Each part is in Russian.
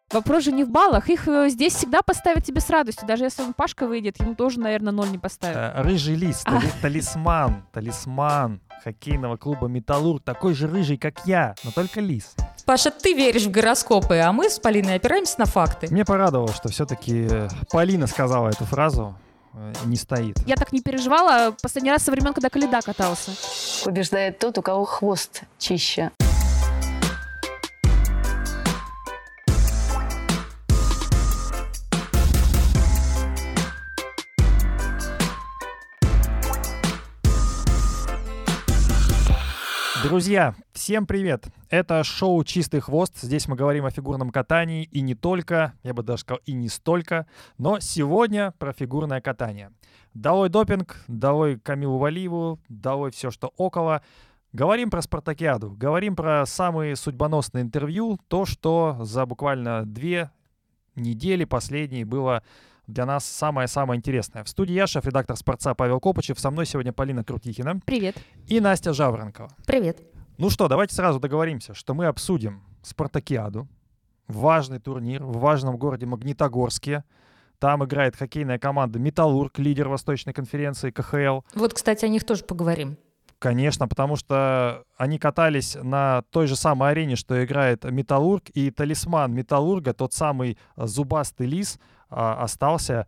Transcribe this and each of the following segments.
Вопрос же не в баллах. Их здесь всегда поставят тебе с радостью. Даже если он Пашка выйдет, ему тоже, наверное, 0 не поставят. Рыжий лис, талисман хоккейного клуба «Металлург», такой же рыжий, как я, но только лис. Паша, ты веришь в гороскопы, а мы с Полиной опираемся на факты. Мне порадовало, что все-таки Полина сказала эту фразу, не стоит. Я так не переживала последний раз со времен, когда Коляда катался. Побеждает тот, у кого хвост чище. Друзья, всем привет! Это шоу «Чистый хвост». Здесь мы говорим о фигурном катании и не только, я бы даже сказал, и не столько, но сегодня про фигурное катание. Долой допинг, долой Камилу Валиеву, долой все, что около. Говорим про спартакиаду, говорим про самые судьбоносные интервью, то, что за буквально 2 недели последние было для нас самое-самое интересное. В студии я, шеф-редактор «Спортса» Павел Копычев. Со мной сегодня Полина Крутихина. Привет. И Настя Жаворонкова. Привет. Ну что, давайте сразу договоримся, что мы обсудим спартакиаду. Важный турнир в важном городе Магнитогорске. Там играет хоккейная команда «Металлург», лидер Восточной конференции КХЛ. Вот, кстати, о них тоже поговорим. Конечно, потому что они катались на той же самой арене, что играет «Металлург», и талисман «Металлурга», тот самый зубастый лис, остался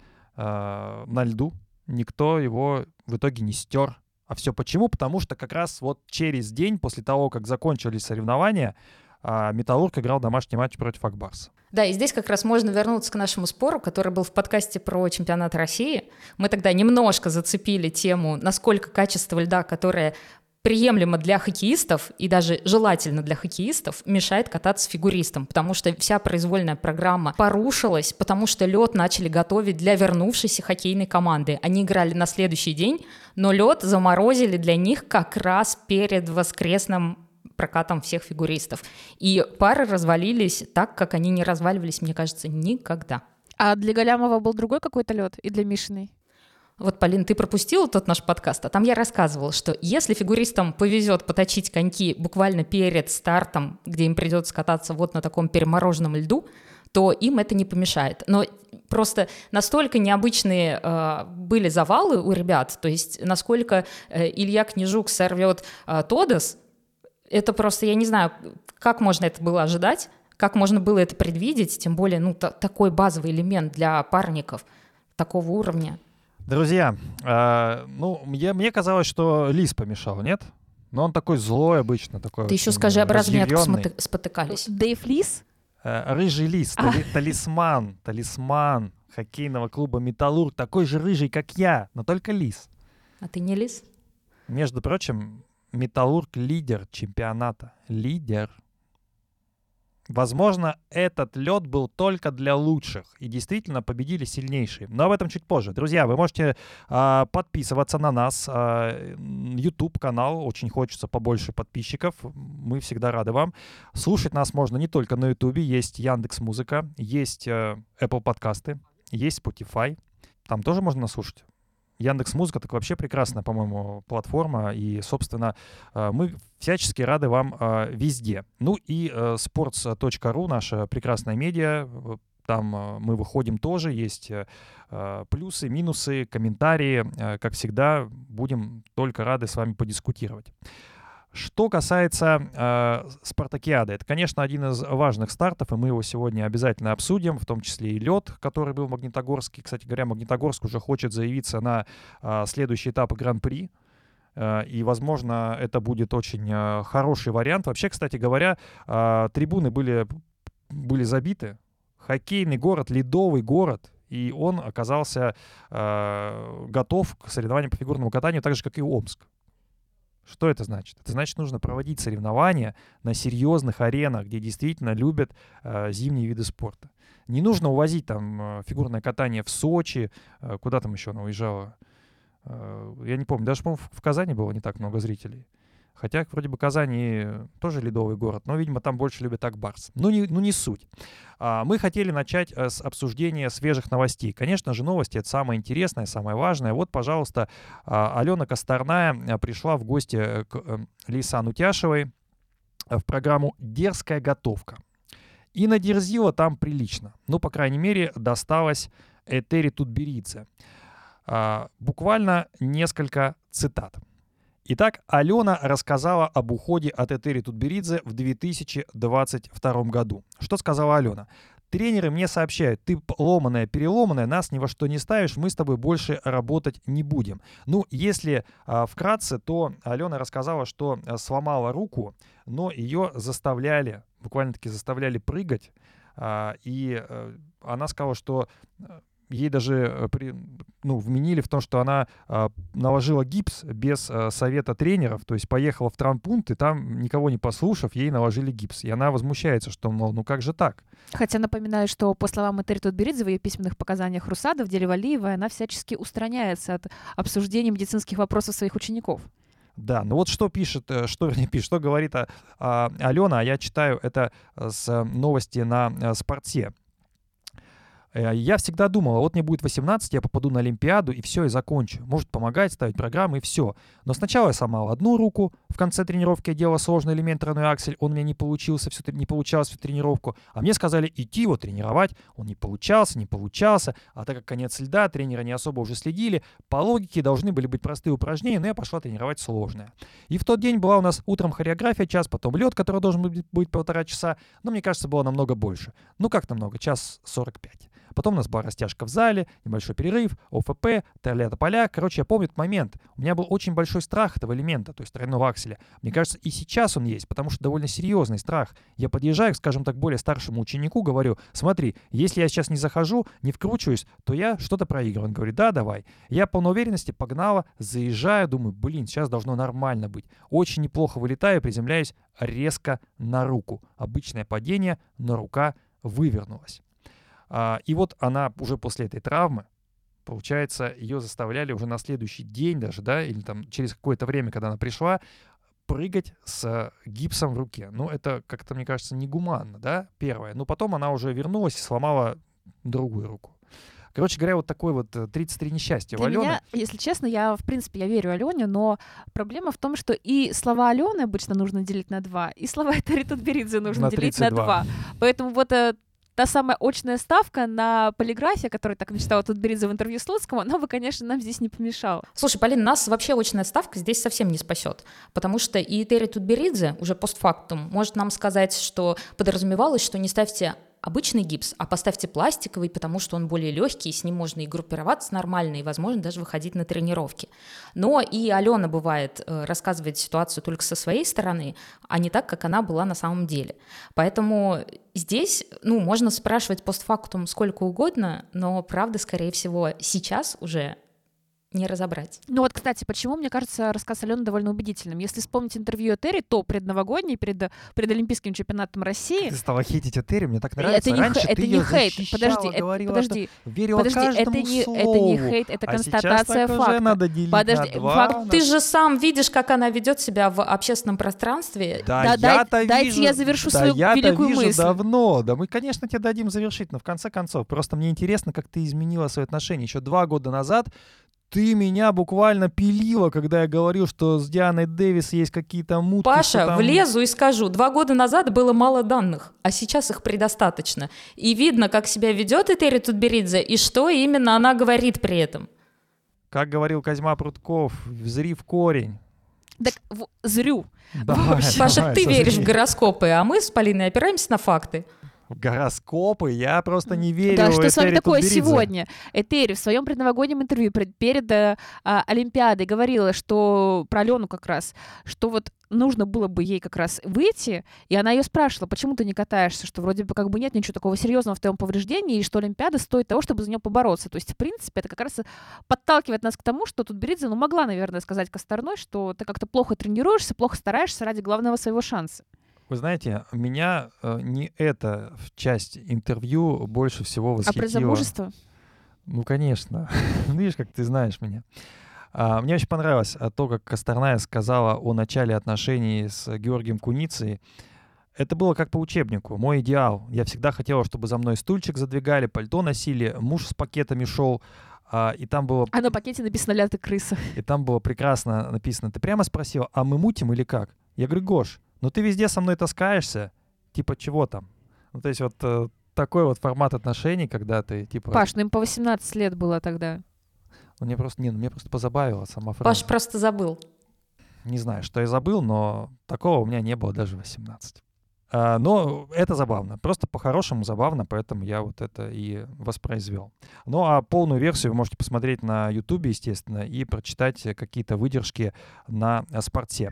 на льду. Никто его в итоге не стер. А все почему? Потому что как раз вот через день после того, как закончились соревнования, «Металлург» играл домашний матч против «Ак Барса». Да, и здесь как раз можно вернуться к нашему спору, который был в подкасте про чемпионат России. Мы тогда немножко зацепили тему, насколько качество льда, которое приемлемо для хоккеистов и даже желательно для хоккеистов, мешает кататься фигуристам, потому что вся произвольная программа порушилась, потому что лед начали готовить для вернувшейся хоккейной команды. Они играли на следующий день, но лед заморозили для них как раз перед воскресным прокатом всех фигуристов. И пары развалились так, как они не разваливались, мне кажется, никогда. А для Галямова был другой какой-то лед и для Мишиной? Вот, Полин, ты пропустила тот наш подкаст, а там я рассказывала, что если фигуристам повезет поточить коньки буквально перед стартом, где им придется кататься вот на таком перемороженном льду, то им это не помешает. Но просто настолько необычные были завалы у ребят, то есть насколько Илья Книжук сорвет Тодос, это просто, я не знаю, как можно это было ожидать, как можно было это предвидеть, тем более такой базовый элемент для парников такого уровня. Друзья, мне казалось, что лис помешал, нет? Но он такой злой обычно. Такой. Ты еще скажи, об размерах спотыкались. Дэйв Лис? Рыжий лис, талисман хоккейного клуба «Металлург», такой же рыжий, как я, но только лис. А ты не лис? Между прочим, «Металлург» — лидер чемпионата. Лидер. Возможно, этот лед был только для лучших. И действительно победили сильнейшие. Но об этом чуть позже. Друзья, вы можете подписываться на нас. YouTube-канал. Очень хочется побольше подписчиков. Мы всегда рады вам. Слушать нас можно не только на YouTube. Есть Яндекс.Музыка, есть Apple подкасты, есть Spotify. Там тоже можно нас слушать. Яндекс.Музыка — так вообще прекрасная, по-моему, платформа, и, собственно, мы всячески рады вам везде. Ну и sports.ru, наша прекрасная медиа, там мы выходим тоже, есть плюсы, минусы, комментарии, как всегда, будем только рады с вами подискутировать. Что касается спартакиады, это, конечно, один из важных стартов, и мы его сегодня обязательно обсудим, в том числе и лед, который был в Магнитогорске. Кстати говоря, Магнитогорск уже хочет заявиться на следующий этап Гран-при, и, возможно, это будет очень хороший вариант. Вообще, кстати говоря, трибуны были забиты. Хоккейный город, ледовый город, и он оказался готов к соревнованиям по фигурному катанию, так же, как и Омск. Что это значит? Это значит, нужно проводить соревнования на серьезных аренах, где действительно любят зимние виды спорта. Не нужно увозить там фигурное катание в Сочи, куда там еще оно уезжало. Я не помню, даже, по-моему, в Казани было не так много зрителей. Хотя, вроде бы, Казани тоже ледовый город, но, видимо, там больше любят Ак Барс. Не суть. Мы хотели начать с обсуждения свежих новостей. Конечно же, новости — это самое интересное, самое важное. Вот, пожалуйста, Алена Косторная пришла в гости к Лейсан Утяшевой в программу «Дерзкая готовка». И надерзила там прилично. Ну, по крайней мере, досталось Этери Тутберидзе. Буквально несколько цитат. Итак, Алена рассказала об уходе от Этери Тутберидзе в 2022 году. Что сказала Алена? Тренеры мне сообщают, ты ломаная, переломанная, нас ни во что не ставишь, мы с тобой больше работать не будем. Ну, если вкратце, то Алена рассказала, что сломала руку, но ее заставляли, буквально-таки заставляли прыгать. И она сказала, что ей даже вменили в том, что она наложила гипс без совета тренеров, то есть поехала в травмпункт, и там, никого не послушав, ей наложили гипс. И она возмущается, что, мол, ну как же так? Хотя напоминаю, что по словам Этери Тутберидзе в ее письменных показаниях РУСАДА в деле Валиевой она всячески устраняется от обсуждения медицинских вопросов своих учеников. Да, ну вот что говорит Алена, а я читаю это с новости на Спорте. Я всегда думала, вот мне будет 18, я попаду на Олимпиаду, и все, и закончу. Может помогать, ставить программы, и все. Но сначала я сломала одну руку, в конце тренировки я делала сложный элемент тройной аксель, он у меня не получался всю тренировку, а мне сказали идти его тренировать, он не получался, а так как конец льда, тренеры не особо уже следили, по логике должны были быть простые упражнения, но я пошла тренировать сложное. И в тот день была у нас утром хореография, час, потом лед, который должен быть 1,5 часа, но мне кажется, было намного больше. Ну как намного? Час 45. Потом у нас была растяжка в зале, небольшой перерыв, ОФП, поля. Короче, я помню этот момент. У меня был очень большой страх этого элемента, то есть тройного акселя. Мне кажется, и сейчас он есть, потому что довольно серьезный страх. Я подъезжаю к, скажем так, более старшему ученику, говорю, смотри, если я сейчас не захожу, не вкручиваюсь, то я что-то проигрываю. Он говорит, да, давай. Я по уверенности погнала, заезжаю, думаю, сейчас должно нормально быть. Очень неплохо вылетаю, приземляюсь резко на руку. Обычное падение, но рука вывернулась. И вот она уже после этой травмы, получается, ее заставляли уже на следующий день даже, да, или там через какое-то время, когда она пришла, прыгать с гипсом в руке. Ну, это как-то, мне кажется, негуманно, да, первое. Но потом она уже вернулась и сломала другую руку. Короче говоря, вот такой вот 33 несчастья у Алены. Для меня, если честно, я верю Алене, но проблема в том, что и слова Алены обычно нужно делить на 2, и слова Этери Тутберидзе нужно делить на 2. Поэтому вот та самая очная ставка на полиграфе, которую так мечтала Тутберидзе в интервью Слуцкому, она бы, конечно, нам здесь не помешала. Слушай, Полин, нас вообще очная ставка здесь совсем не спасет, потому что и Этери Тутберидзе уже постфактум может нам сказать, что подразумевалось, что не ставьте обычный гипс, а поставьте пластиковый, потому что он более легкий, и с ним можно и группироваться нормально, и, возможно, даже выходить на тренировки. Но и Алена, бывает, рассказывает ситуацию только со своей стороны, а не так, как она была на самом деле. Поэтому здесь, можно спрашивать постфактум сколько угодно, но правда, скорее всего, сейчас уже не разобрать. Ну вот, кстати, почему, мне кажется, рассказ Алены довольно убедительным. Если вспомнить интервью Этери, то предновогодний, перед Олимпийским чемпионатом России... Ты стала хейтить Этери, мне так нравится. Это не хейт. Подожди. Верила каждому слову. Это не хейт, это констатация факта. Надо делить на 2. Факт. Ты же сам видишь, как она ведет себя в общественном пространстве. Дайте я завершу свою великую мысль. Давно. Да мы, конечно, тебе дадим завершить, но в конце концов, просто мне интересно, как ты изменила свои отношения. Еще 2 года назад ты меня буквально пилила, когда я говорил, что с Дианой Дэвис есть какие-то мутки. Паша, влезу и скажу, 2 года назад было мало данных, а сейчас их предостаточно. И видно, как себя ведет Этери Тутберидзе и что именно она говорит при этом. Как говорил Козьма Прутков, взри в корень. Так, зрю. Паша, ты веришь в гороскопы, а мы с Полиной опираемся на факты. Гороскопы, я просто не верю. Да, что с вами такое сегодня? Этери в своем предновогоднем интервью перед Олимпиадой говорила, что про Алену как раз, что вот нужно было бы ей как раз выйти, и она ее спрашивала, почему ты не катаешься, что вроде бы как бы нет ничего такого серьезного в твоем повреждении, и что Олимпиада стоит того, чтобы за нее побороться. То есть, в принципе, это как раз подталкивает нас к тому, что Тутберидзе, могла, наверное, сказать Косторной, что ты как-то плохо тренируешься, плохо стараешься ради главного своего шанса. Вы знаете, меня не эта часть интервью больше всего восхитила. А про замужество? Ну, конечно. Видишь, как ты знаешь меня. Мне очень понравилось то, как Косторная сказала о начале отношений с Георгием Куницей. Это было как по учебнику. Мой идеал. Я всегда хотела, чтобы за мной стульчик задвигали, пальто носили, муж с пакетами шел. И там было... А на пакете написано «Ля ты крыса». И там было прекрасно написано. Ты прямо спросила, а мы мутим или как? Я говорю, Гош, ну ты везде со мной таскаешься, типа чего там? Ну, то есть вот такой вот формат отношений, когда ты типа... Паш, ну им по 18 лет было тогда. Ну, мне просто позабавила сама фраза. Паш просто забыл. Не знаю, что я забыл, но такого у меня не было даже 18. Но это забавно. Просто по-хорошему забавно, поэтому я вот это и воспроизвел. Ну, а полную версию вы можете посмотреть на Ютубе, естественно, и прочитать какие-то выдержки на Спорте.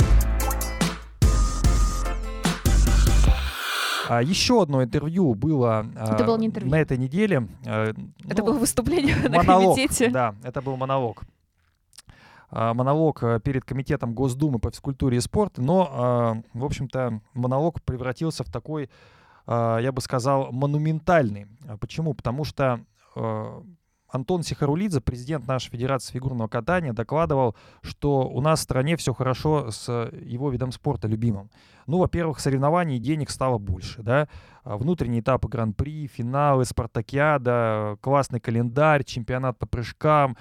Еще одно интервью было, Это было не интервью. на этой неделе. Это было выступление на монолог, комитете. Да, это был монолог. Монолог перед комитетом Госдумы по физкультуре и спорту, но, в общем-то, монолог превратился в такой, я бы сказал, монументальный. Почему? Потому что Антон Сихарулидзе, президент нашей Федерации фигурного катания, докладывал, что у нас в стране все хорошо с его видом спорта любимым. Ну, во-первых, соревнований и денег стало больше, да. Внутренние этапы Гран-при, финалы, спартакиада, классный календарь, чемпионат по прыжкам.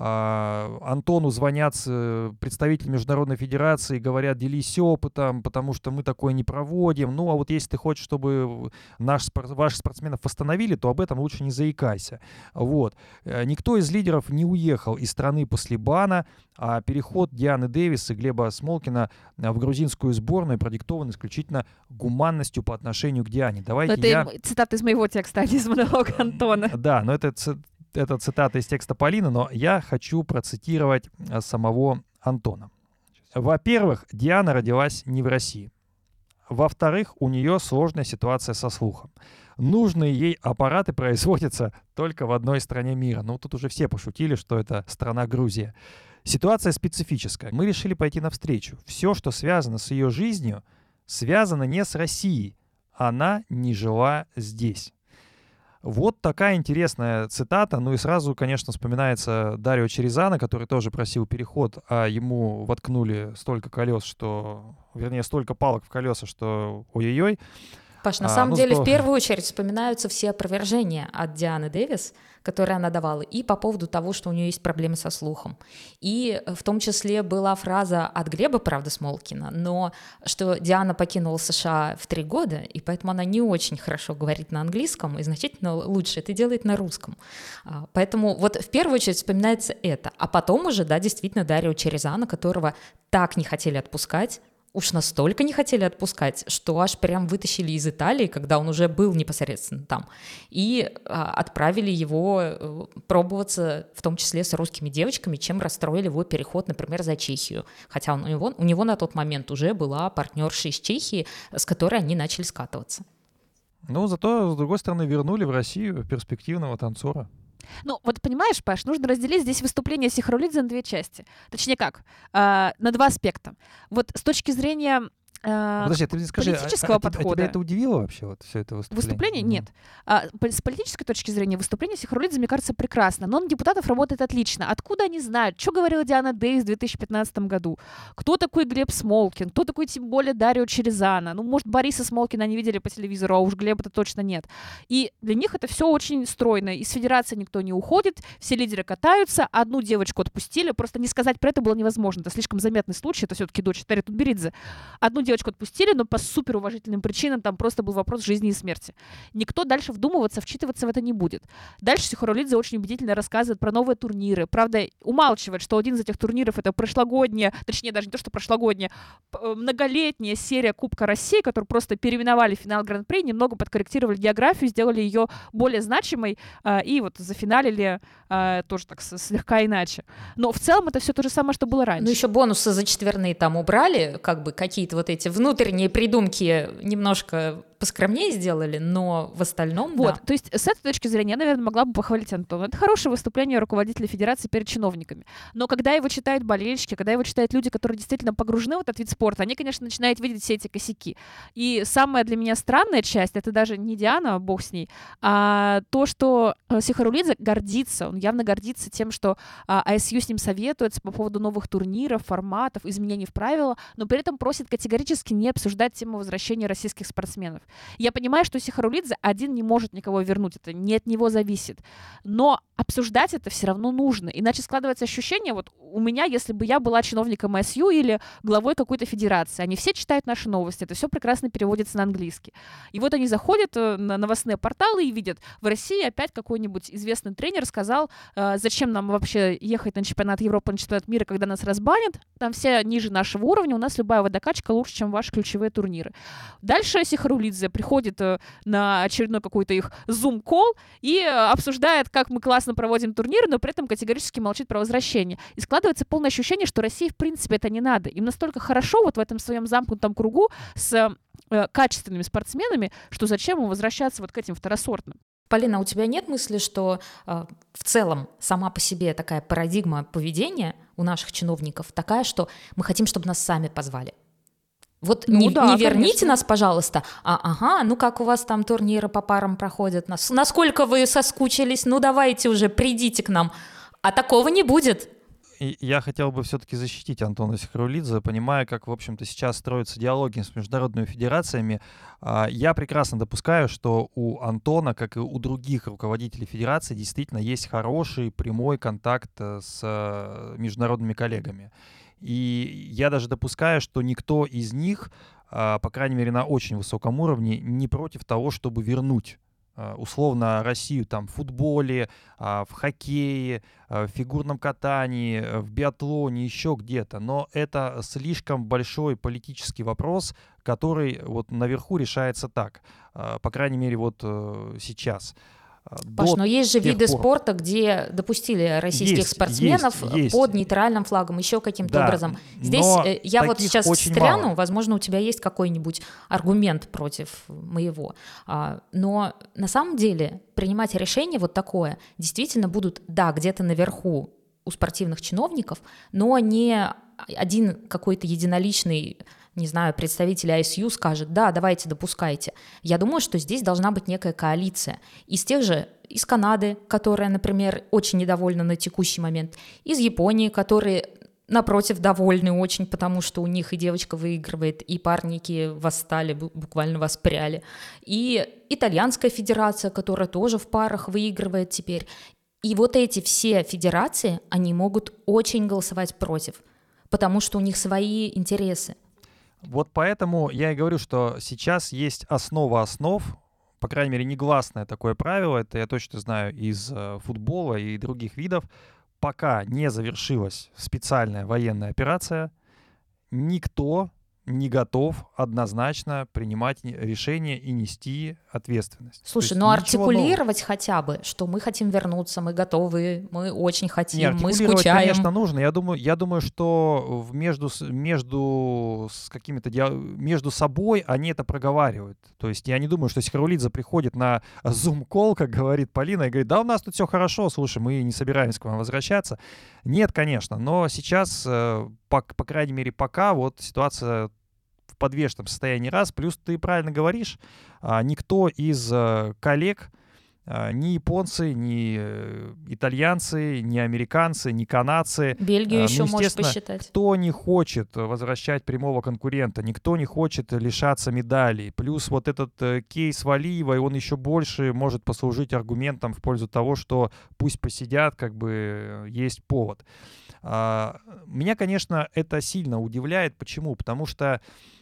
Антону звонят представители Международной Федерации, говорят, делись опытом, потому что мы такое не проводим. Ну, а вот если ты хочешь, чтобы ваших спортсменов восстановили, то об этом лучше не заикайся. Вот. Никто из лидеров не уехал из страны после бана, а переход Дианы Дэвис и Глеба Смолкина в грузинскую сборную продиктован исключительно гуманностью по отношению к Диане. Это цитата из моего текста, а не из монолога Антона. Да, но это цитата из текста Полины, но я хочу процитировать самого Антона. Во-первых, Диана родилась не в России. Во-вторых, у нее сложная ситуация со слухом. Нужные ей аппараты производятся только в одной стране мира. Ну, тут уже все пошутили, что это страна Грузия. Ситуация специфическая. Мы решили пойти навстречу. Все, что связано с ее жизнью, связано не с Россией. Она не жила здесь. Вот такая интересная цитата. Ну и сразу, конечно, вспоминается Дарио Черезана, который тоже просил переход, а ему воткнули столько колес, что... Вернее, столько палок в колеса, что ой-ой-ой. Паш, на самом деле, в первую очередь вспоминаются все опровержения от Дианы Дэвис, которые она давала, и по поводу того, что у нее есть проблемы со слухом. И в том числе была фраза от Глеба, правда, Смолкина, но что Диана покинула США в 3 года, и поэтому она не очень хорошо говорит на английском, и значительно лучше это делает на русском. Поэтому вот в первую очередь вспоминается это. А потом уже, да, действительно, Дарио Черезана, которого так не хотели отпускать, уж настолько не хотели отпускать, что аж прям вытащили из Италии, когда он уже был непосредственно там, и отправили его пробоваться, в том числе с русскими девочками, чем расстроили его переход, например, за Чехию. Хотя у него на тот момент уже была партнерша из Чехии, с которой они начали скатываться. Ну, зато, с другой стороны, вернули в Россию перспективного танцора. Ну, вот понимаешь, Паш, нужно разделить здесь выступление Сихарулидзе на 2 части. Точнее как, на 2 аспекта. Вот с точки зрения Подожди, ты мне скажи, политического подхода. Тебя это удивило вообще, вот все это выступление? Выступление? Нет. С политической точки зрения выступление Сихарулидзе, мне кажется, прекрасно. Но он депутатов работает отлично. Откуда они знают, что говорила Диана Дэвис в 2015 году? Кто такой Глеб Смолкин? Кто такой, тем более, Дарио Черезана? Ну, может, Бориса Смолкина они видели по телевизору, а уж Глеба-то точно нет. И для них это все очень стройно. Из федерации никто не уходит, все лидеры катаются, одну девочку отпустили. Просто не сказать про это было невозможно. Это слишком заметный случай, это все-таки дочь Тари Тутберидзе. Одну девочку отпустили, но по суперуважительным причинам, там просто был вопрос жизни и смерти. Никто дальше вдумываться, вчитываться в это не будет. Дальше Сихарулидзе очень убедительно рассказывает про новые турниры. Правда, умалчивает, что один из этих турниров — это прошлогодняя, точнее, даже не то, что прошлогодняя, многолетняя серия Кубка России, которую просто переименовали в финал Гран-при, немного подкорректировали географию, сделали ее более значимой и вот зафиналили тоже так слегка иначе. Но в целом это все то же самое, что было раньше. Ну, еще бонусы за четверные там убрали, как бы какие-то вот эти внутренние придумки немножко поскромнее сделали, но в остальном, вот, да. То есть с этой точки зрения я, наверное, могла бы похвалить Антона. Это хорошее выступление руководителя федерации перед чиновниками. Но когда его читают болельщики, когда его читают люди, которые действительно погружены в этот вид спорта, они, конечно, начинают видеть все эти косяки. И самая для меня странная часть, это даже не Диана, бог с ней, а то, что Сихарулидзе гордится, он явно гордится тем, что АСЮ с ним советуется по поводу новых турниров, форматов, изменений в правила, но при этом просит категорически не обсуждать тему возвращения российских спортсменов. Я понимаю, что Сихарулидзе один не может никого вернуть, это не от него зависит. Но обсуждать это все равно нужно. Иначе складывается ощущение, вот у меня, если бы я была чиновником СЮ или главой какой-то федерации, они все читают наши новости, это все прекрасно переводится на английский. И вот они заходят на новостные порталы и видят, в России опять какой-нибудь известный тренер сказал, зачем нам вообще ехать на чемпионат Европы, на чемпионат мира, когда нас разбанят, там все ниже нашего уровня, у нас любая водокачка лучше, чем ваши ключевые турниры. Дальше Сихарулидзе приходит на очередной какой-то их зум-колл и обсуждает, как мы классно проводим турниры, но при этом категорически молчит про возвращение. И складывается полное ощущение, что России в принципе это не надо. Им настолько хорошо вот в этом своем замкнутом кругу с качественными спортсменами, что зачем им возвращаться вот к этим второсортным. Полина, у тебя нет мысли, что в целом сама по себе такая парадигма поведения у наших чиновников такая, что мы хотим, чтобы нас сами позвали? Вот не верните, конечно, нас, пожалуйста, ну как у вас там турниры по парам проходят, насколько вы соскучились, ну давайте уже, придите к нам, а такого не будет. И я хотел бы все-таки защитить Антона Сихарулидзе, понимая, как, в общем-то, сейчас строятся диалоги с международными федерациями. Я прекрасно допускаю, что у Антона, как и у других руководителей федерации, действительно есть хороший прямой контакт с международными коллегами. И я даже допускаю, что никто из них, по крайней мере, на очень высоком уровне, не против того, чтобы вернуть условно Россию там в футболе, в хоккее, в фигурном катании, в биатлоне, еще где-то. Но это слишком большой политический вопрос, который вот наверху решается так. По крайней мере, вот сейчас. Паш, но есть же виды спорта, где допустили российских спортсменов под нейтральным флагом, еще каким-то образом. Здесь я вот сейчас встряну, мало. Возможно, у тебя есть какой-нибудь аргумент против моего. Но на самом деле принимать решение вот такое действительно будут, да, где-то наверху у спортивных чиновников, но не один какой-то единоличный, не знаю, представитель ISU скажет, да, давайте, допускайте. Я думаю, что здесь должна быть некая коалиция. Из Канады, которая, например, очень недовольна на текущий момент, из Японии, которые, напротив, довольны очень, потому что у них и девочка выигрывает, и парники восстали, буквально воспряли, и итальянская федерация, которая тоже в парах выигрывает теперь. И вот эти все федерации, они могут очень голосовать против, потому что у них свои интересы. Вот поэтому я и говорю, что сейчас есть основа основ, по крайней мере, негласное такое правило, это я точно знаю из футбола и других видов, пока не завершилась специальная военная операция, никто не готов однозначно принимать решения и нести ответственность. Слушай, ну артикулировать хотя бы, что мы хотим вернуться, мы готовы, мы очень хотим, мы скучаем. Конечно, нужно. Я думаю, что между собой они это проговаривают. То есть я не думаю, что Сихарулидзе приходит на зум-колл, как говорит Полина, и говорит, да, у нас тут все хорошо, слушай, мы не собираемся к вам возвращаться. Нет, конечно, но сейчас, по крайней мере, пока вот ситуация в подвешенном состоянии раз. Плюс ты правильно говоришь, никто из коллег, ни японцы, ни итальянцы, ни американцы, ни канадцы. Бельгию еще можешь посчитать. Кто не хочет возвращать прямого конкурента, никто не хочет лишаться медалей. Плюс вот этот кейс Валиевой, он еще больше может послужить аргументом в пользу того, что пусть посидят, как бы есть повод. Меня, конечно, это сильно удивляет. Почему? Потому что,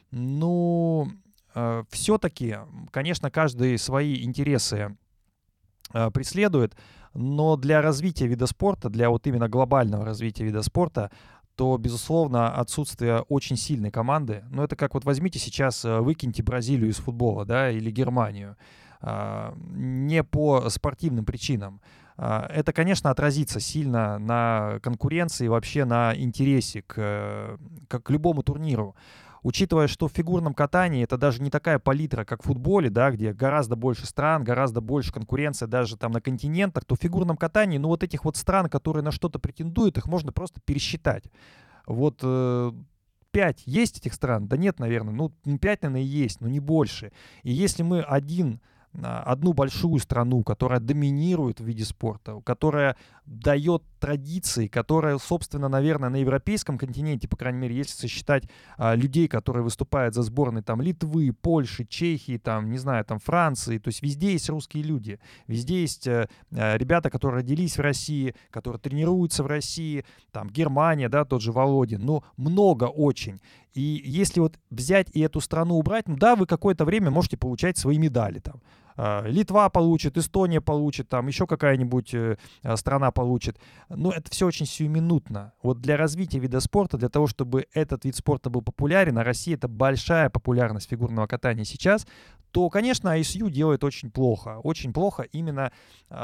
все-таки, конечно, каждый свои интересы преследует, но для развития вида спорта, для вот именно глобального развития вида спорта, то, безусловно, отсутствие очень сильной команды, это как вот возьмите сейчас, выкиньте Бразилию из футбола, да, или Германию, не по спортивным причинам. Это, конечно, отразится сильно на конкуренции, вообще на интересе к любому турниру. Учитывая, что в фигурном катании это даже не такая палитра, как в футболе, да, где гораздо больше стран, гораздо больше конкуренции даже там на континентах, то в фигурном катании, вот этих вот стран, которые на что-то претендуют, их можно просто пересчитать. Вот 5 есть этих стран? Да нет, наверное. 5, наверное, есть, но не больше. И если мы один одну большую страну, которая доминирует в виде спорта, которая дает традиции, которая, собственно, наверное, на европейском континенте, по крайней мере, если сосчитать людей, которые выступают за сборной там Литвы, Польши, Чехии, там, не знаю, там Франции, то есть везде есть русские люди, везде есть ребята, которые родились в России, которые тренируются в России, там Германия, да, тот же Володин, ну, много очень. И если вот взять и эту страну убрать, ну да, вы какое-то время можете получать свои медали там. Литва получит, Эстония получит, там еще какая-нибудь страна получит. Но это все очень сиюминутно. Вот для развития вида спорта, для того, чтобы этот вид спорта был популярен, а Россия — это большая популярность фигурного катания сейчас, то, конечно, ISU делает очень плохо именно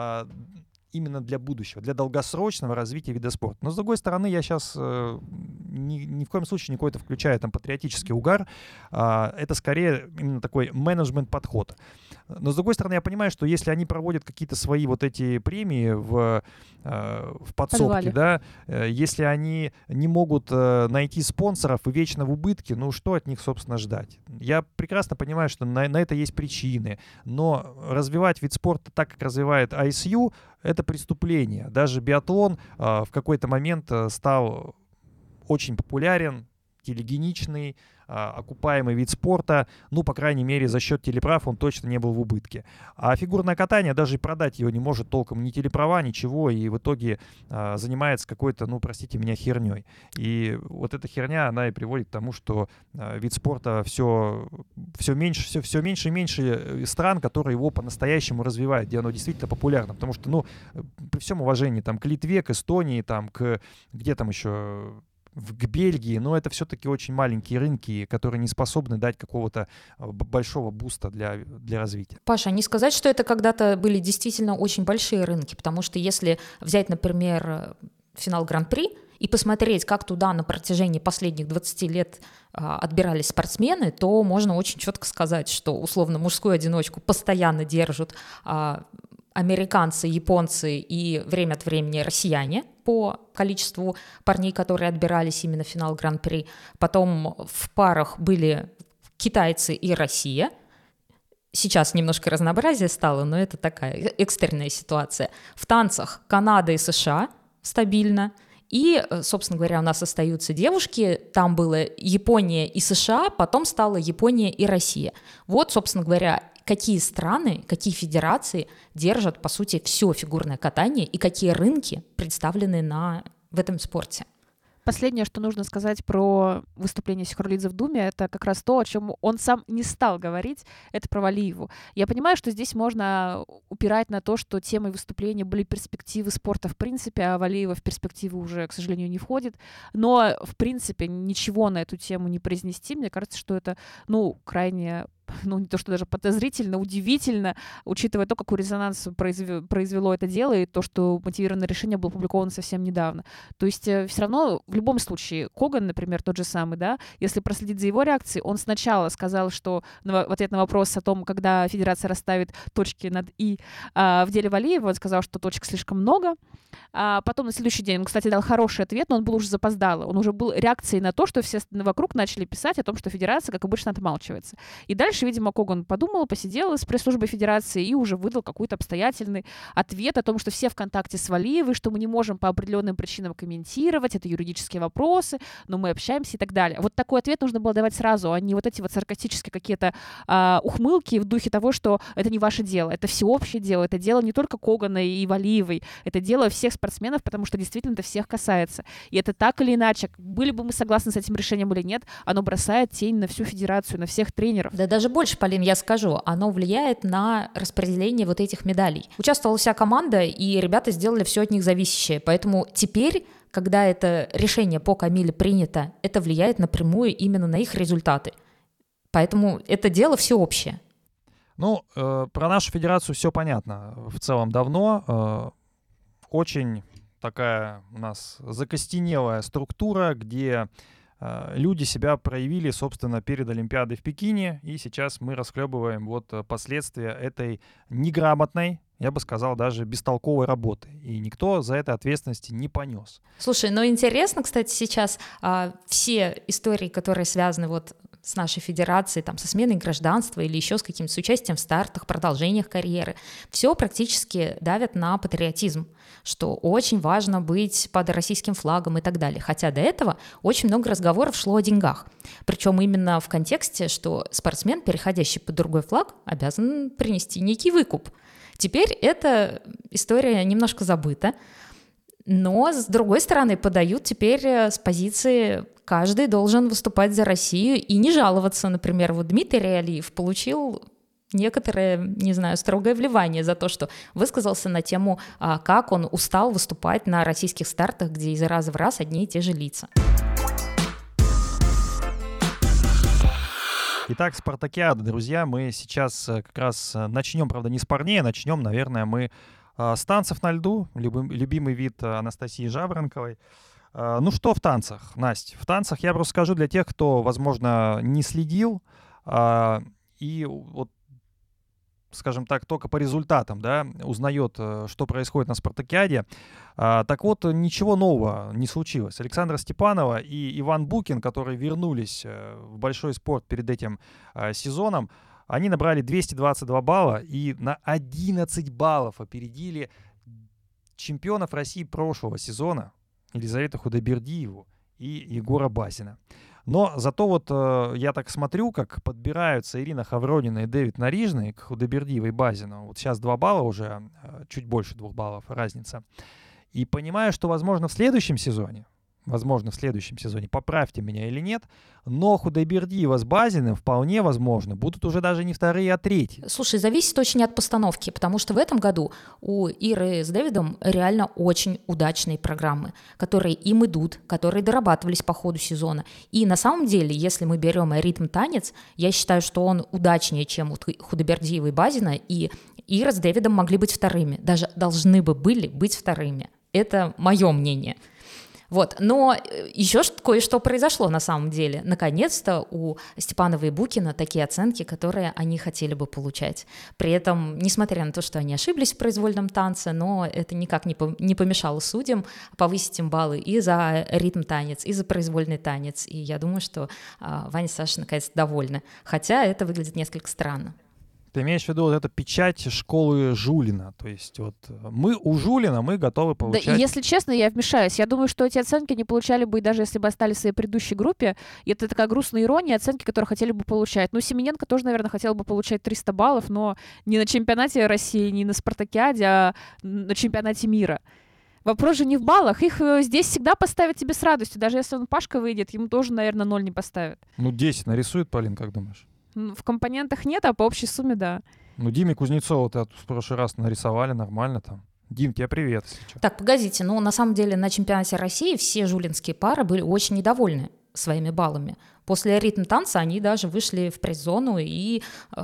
для будущего, для долгосрочного развития вида спорта. Но, с другой стороны, я сейчас ни в коем случае не какой-то включаю там патриотический угар. Это скорее именно такой менеджмент-подход. Но, с другой стороны, я понимаю, что если они проводят какие-то свои вот эти премии в подсобке, да, если они не могут найти спонсоров и вечно в убытке, ну что от них, собственно, ждать? Я прекрасно понимаю, что на это есть причины, но развивать вид спорта так, как развивает ISU, это преступление. Даже биатлон в какой-то момент стал очень популярен, телегеничный, окупаемый вид спорта, ну, по крайней мере, за счет телеправ он точно не был в убытке. А фигурное катание, даже и продать его не может толком ни телеправа, ничего, и в итоге занимается какой-то, ну, простите меня, херней. И вот эта херня, она и приводит к тому, что вид спорта все меньше и меньше стран, которые его по-настоящему развивают, где оно действительно популярно. Потому что, ну, при всем уважении там, к Литве, к Эстонии, там, где там еще... к Бельгии, но это все-таки очень маленькие рынки, которые не способны дать какого-то большого буста для развития. Паша, не сказать, что это когда-то были действительно очень большие рынки, потому что если взять, например, финал Гран-при и посмотреть, как туда на протяжении последних 20 лет отбирались спортсмены, то можно очень четко сказать, что условно мужскую одиночку постоянно держат американцы, японцы и время от времени россияне по количеству парней, которые отбирались именно в финал Гран-при. Потом в парах были китайцы и Россия. Сейчас немножко разнообразие стало, но это такая экстренная ситуация. В танцах Канада и США стабильно. И, собственно говоря, у нас остаются девушки. Там было Япония и США, потом стало Япония и Россия. Вот, собственно говоря, какие страны, какие федерации держат, по сути, все фигурное катание и какие рынки представлены в этом спорте. Последнее, что нужно сказать про выступление Сихорлидзе в Думе, это как раз то, о чем он сам не стал говорить, это про Валиеву. Я понимаю, что здесь можно упирать на то, что темой выступления были перспективы спорта в принципе, а Валиева в перспективу уже, к сожалению, не входит. Но, в принципе, ничего на эту тему не произнести, мне кажется, что это, крайне... не то что даже подозрительно, удивительно, учитывая то, какой резонанс произвело это дело, и то, что мотивированное решение было опубликовано совсем недавно. То есть все равно, в любом случае, Коган, например, тот же самый, да, если проследить за его реакцией, он сначала сказал, что в ответ на вопрос о том, когда федерация расставит точки над «и», в деле Валиева он сказал, что точек слишком много, а потом на следующий день он, кстати, дал хороший ответ, но он был уже запоздалый, он уже был реакцией на то, что все вокруг начали писать о том, что федерация, как обычно, отмалчивается. И дальше, видимо, Коган подумал, посидел с пресс-службой федерации и уже выдал какой-то обстоятельный ответ о том, что все в контакте с Валиевой, что мы не можем по определенным причинам комментировать, это юридические вопросы, но мы общаемся и так далее. Вот такой ответ нужно было давать сразу, а не вот эти вот саркастические какие-то ухмылки в духе того, что это не ваше дело, это всеобщее дело, это дело не только Когана и Валиевой, это дело всех спортсменов, потому что действительно это всех касается. И это так или иначе, были бы мы согласны с этим решением или нет, оно бросает тень на всю федерацию, на всех тренеров. Да даже больше, Полин, я скажу, оно влияет на распределение вот этих медалей. Участвовала вся команда, и ребята сделали все от них зависящее. Поэтому теперь, когда это решение по Камиле принято, это влияет напрямую именно на их результаты. Поэтому это дело всеобщее. Про нашу федерацию все понятно. В целом давно. Очень такая у нас закостенелая структура, где люди себя проявили, собственно, перед Олимпиадой в Пекине, и сейчас мы расхлебываем вот последствия этой неграмотной, я бы сказал, даже бестолковой работы. И никто за это ответственности не понес. Слушай, интересно, кстати, сейчас все истории, которые связаны вот с нашей федерацией, там, со сменой гражданства или еще с каким-то с участием в стартах, продолжениях карьеры, все практически давят на патриотизм, что очень важно быть под российским флагом и так далее. Хотя до этого очень много разговоров шло о деньгах. Причем именно в контексте, что спортсмен, переходящий под другой флаг, обязан принести некий выкуп. Теперь эта история немножко забыта, но, с другой стороны, подают теперь с позиции «каждый должен выступать за Россию и не жаловаться». Например, вот Дмитрий Алиев получил некоторое, не знаю, строгое вливание за то, что высказался на тему, как он устал выступать на российских стартах, где из раза в раз одни и те же лица. Итак, спартакиада, друзья, мы сейчас как раз начнем, правда, не с парней, начнем, наверное, мы с танцев на льду, любимый вид Анастасии Жаворонковой. Ну что в танцах, Настя? В танцах я просто скажу для тех, кто, возможно, не следил, и вот, скажем так, только по результатам, да, узнает, что происходит на спартакиаде. Так вот, ничего нового не случилось. Александра Степанова и Иван Букин, которые вернулись в большой спорт перед этим сезоном, они набрали 222 балла и на 11 баллов опередили чемпионов России прошлого сезона Елизавету Худайбердиеву и Егора Базина. Но зато вот я так смотрю, как подбираются Ирина Хавронина и Дэвид Нарижный к Худайбердиевой и Базину. Вот сейчас 2 балла уже, чуть больше 2 баллов разница. И понимаю, что, возможно, в следующем сезоне, поправьте меня или нет, но Худайбердиева с Базиным вполне возможно будут уже даже не вторые, а третьи. Слушай, зависит очень от постановки, потому что в этом году у Иры с Дэвидом реально очень удачные программы, которые им идут, которые дорабатывались по ходу сезона. И на самом деле, если мы берем ритм-танец, я считаю, что он удачнее, чем у Худайбердиевой и Базина, и Ира с Дэвидом могли быть вторыми, даже должны бы были быть вторыми. Это мое мнение. Вот. Но еще кое-что произошло на самом деле. Наконец-то у Степанова и Букина такие оценки, которые они хотели бы получать. При этом, несмотря на то, что они ошиблись в произвольном танце, но это никак не помешало судьям повысить им баллы и за ритм-танец, и за произвольный танец. И я думаю, что Ваня и Саша наконец-то довольны. Хотя это выглядит несколько странно. Ты имеешь в виду вот эту печать школы Жулина? То есть вот мы у Жулина, мы готовы получать... Да, если честно, я вмешаюсь. Я думаю, что эти оценки не получали бы, даже если бы остались в своей предыдущей группе. И это такая грустная ирония, оценки, которые хотели бы получать. Ну, Семененко тоже, наверное, хотел бы получать 300 баллов, но не на чемпионате России, не на спартакиаде, а на чемпионате мира. Вопрос же не в баллах. Их здесь всегда поставят тебе с радостью. Даже если он Пашка выйдет, ему тоже, наверное, 0 не поставят. Ну, 10 нарисует, Полин, как думаешь? В компонентах нет, а по общей сумме, да. Ну, Диме Кузнецову-то в прошлый раз нарисовали нормально там. Дим, тебе привет. Сейчас. Так, погодите, ну, на самом деле на чемпионате России все жулинские пары были очень недовольны своими баллами. После ритм-танца они даже вышли в пресс-зону и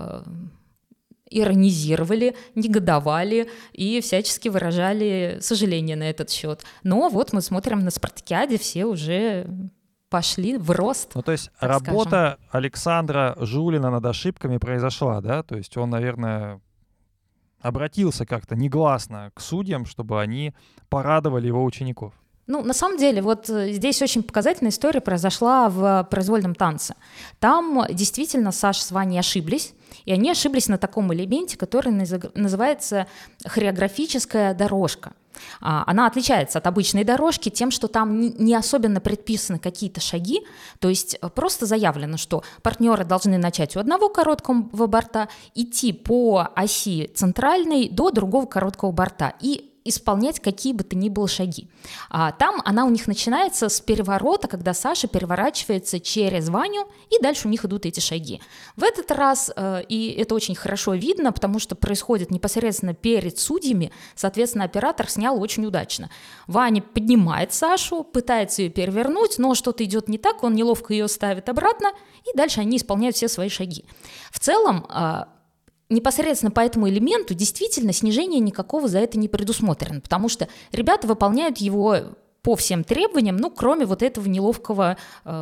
иронизировали, негодовали и всячески выражали сожаление на этот счет. Но вот мы смотрим на спартакиаде, все уже... пошли в рост. Ну, то есть работа Александра Жулина над ошибками произошла, да? То есть он, наверное, обратился как-то негласно к судьям, чтобы они порадовали его учеников. Ну, на самом деле, вот здесь очень показательная история произошла в произвольном танце. Там действительно Саша с Ваней ошиблись, и они ошиблись на таком элементе, который называется хореографическая дорожка. Она отличается от обычной дорожки тем, что там не особенно предписаны какие-то шаги, то есть просто заявлено, что партнеры должны начать у одного короткого борта, идти по оси центральной до другого короткого борта и исполнять какие бы то ни было шаги. Там она у них начинается с переворота, когда Саша переворачивается через Ваню, и дальше у них идут эти шаги. В этот раз, и это очень хорошо видно, потому что происходит непосредственно перед судьями, соответственно, оператор снял очень удачно. Ваня поднимает Сашу, пытается ее перевернуть, но что-то идет не так, он неловко ее ставит обратно, и дальше они исполняют все свои шаги. В целом, непосредственно по этому элементу действительно снижения никакого за это не предусмотрено, потому что ребята выполняют его по всем требованиям, ну, кроме вот этого неловкого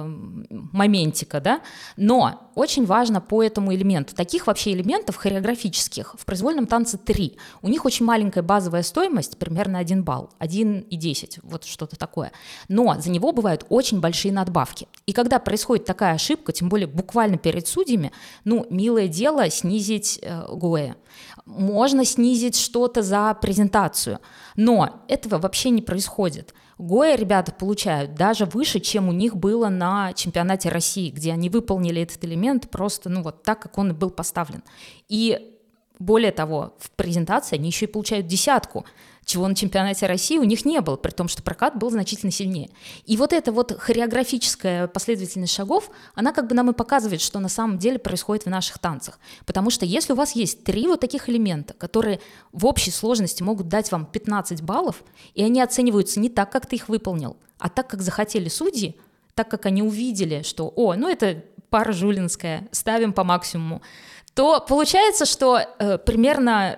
моментика, да. Но очень важно по этому элементу. Таких вообще элементов хореографических в произвольном танце 3. У них очень маленькая базовая стоимость, примерно 1 балл, 1,10, вот что-то такое. Но за него бывают очень большие надбавки. И когда происходит такая ошибка, тем более буквально перед судьями, ну, милое дело снизить ГОЭ. Можно снизить что-то за презентацию, но этого вообще не происходит. ГОЭ ребята получают даже выше, чем у них было на чемпионате России, где они выполнили этот элемент просто, ну, вот так, как он и был поставлен. И более того, в презентации они еще и получают 10, чего на чемпионате России у них не было, при том, что прокат был значительно сильнее. И вот эта вот хореографическая последовательность шагов, она как бы нам и показывает, что на самом деле происходит в наших танцах. Потому что если у вас есть 3 вот таких элемента, которые в общей сложности могут дать вам 15 баллов, и они оцениваются не так, как ты их выполнил, а так, как захотели судьи, так, как они увидели, что, ну это пара жулинская, ставим по максимуму, то получается, что примерно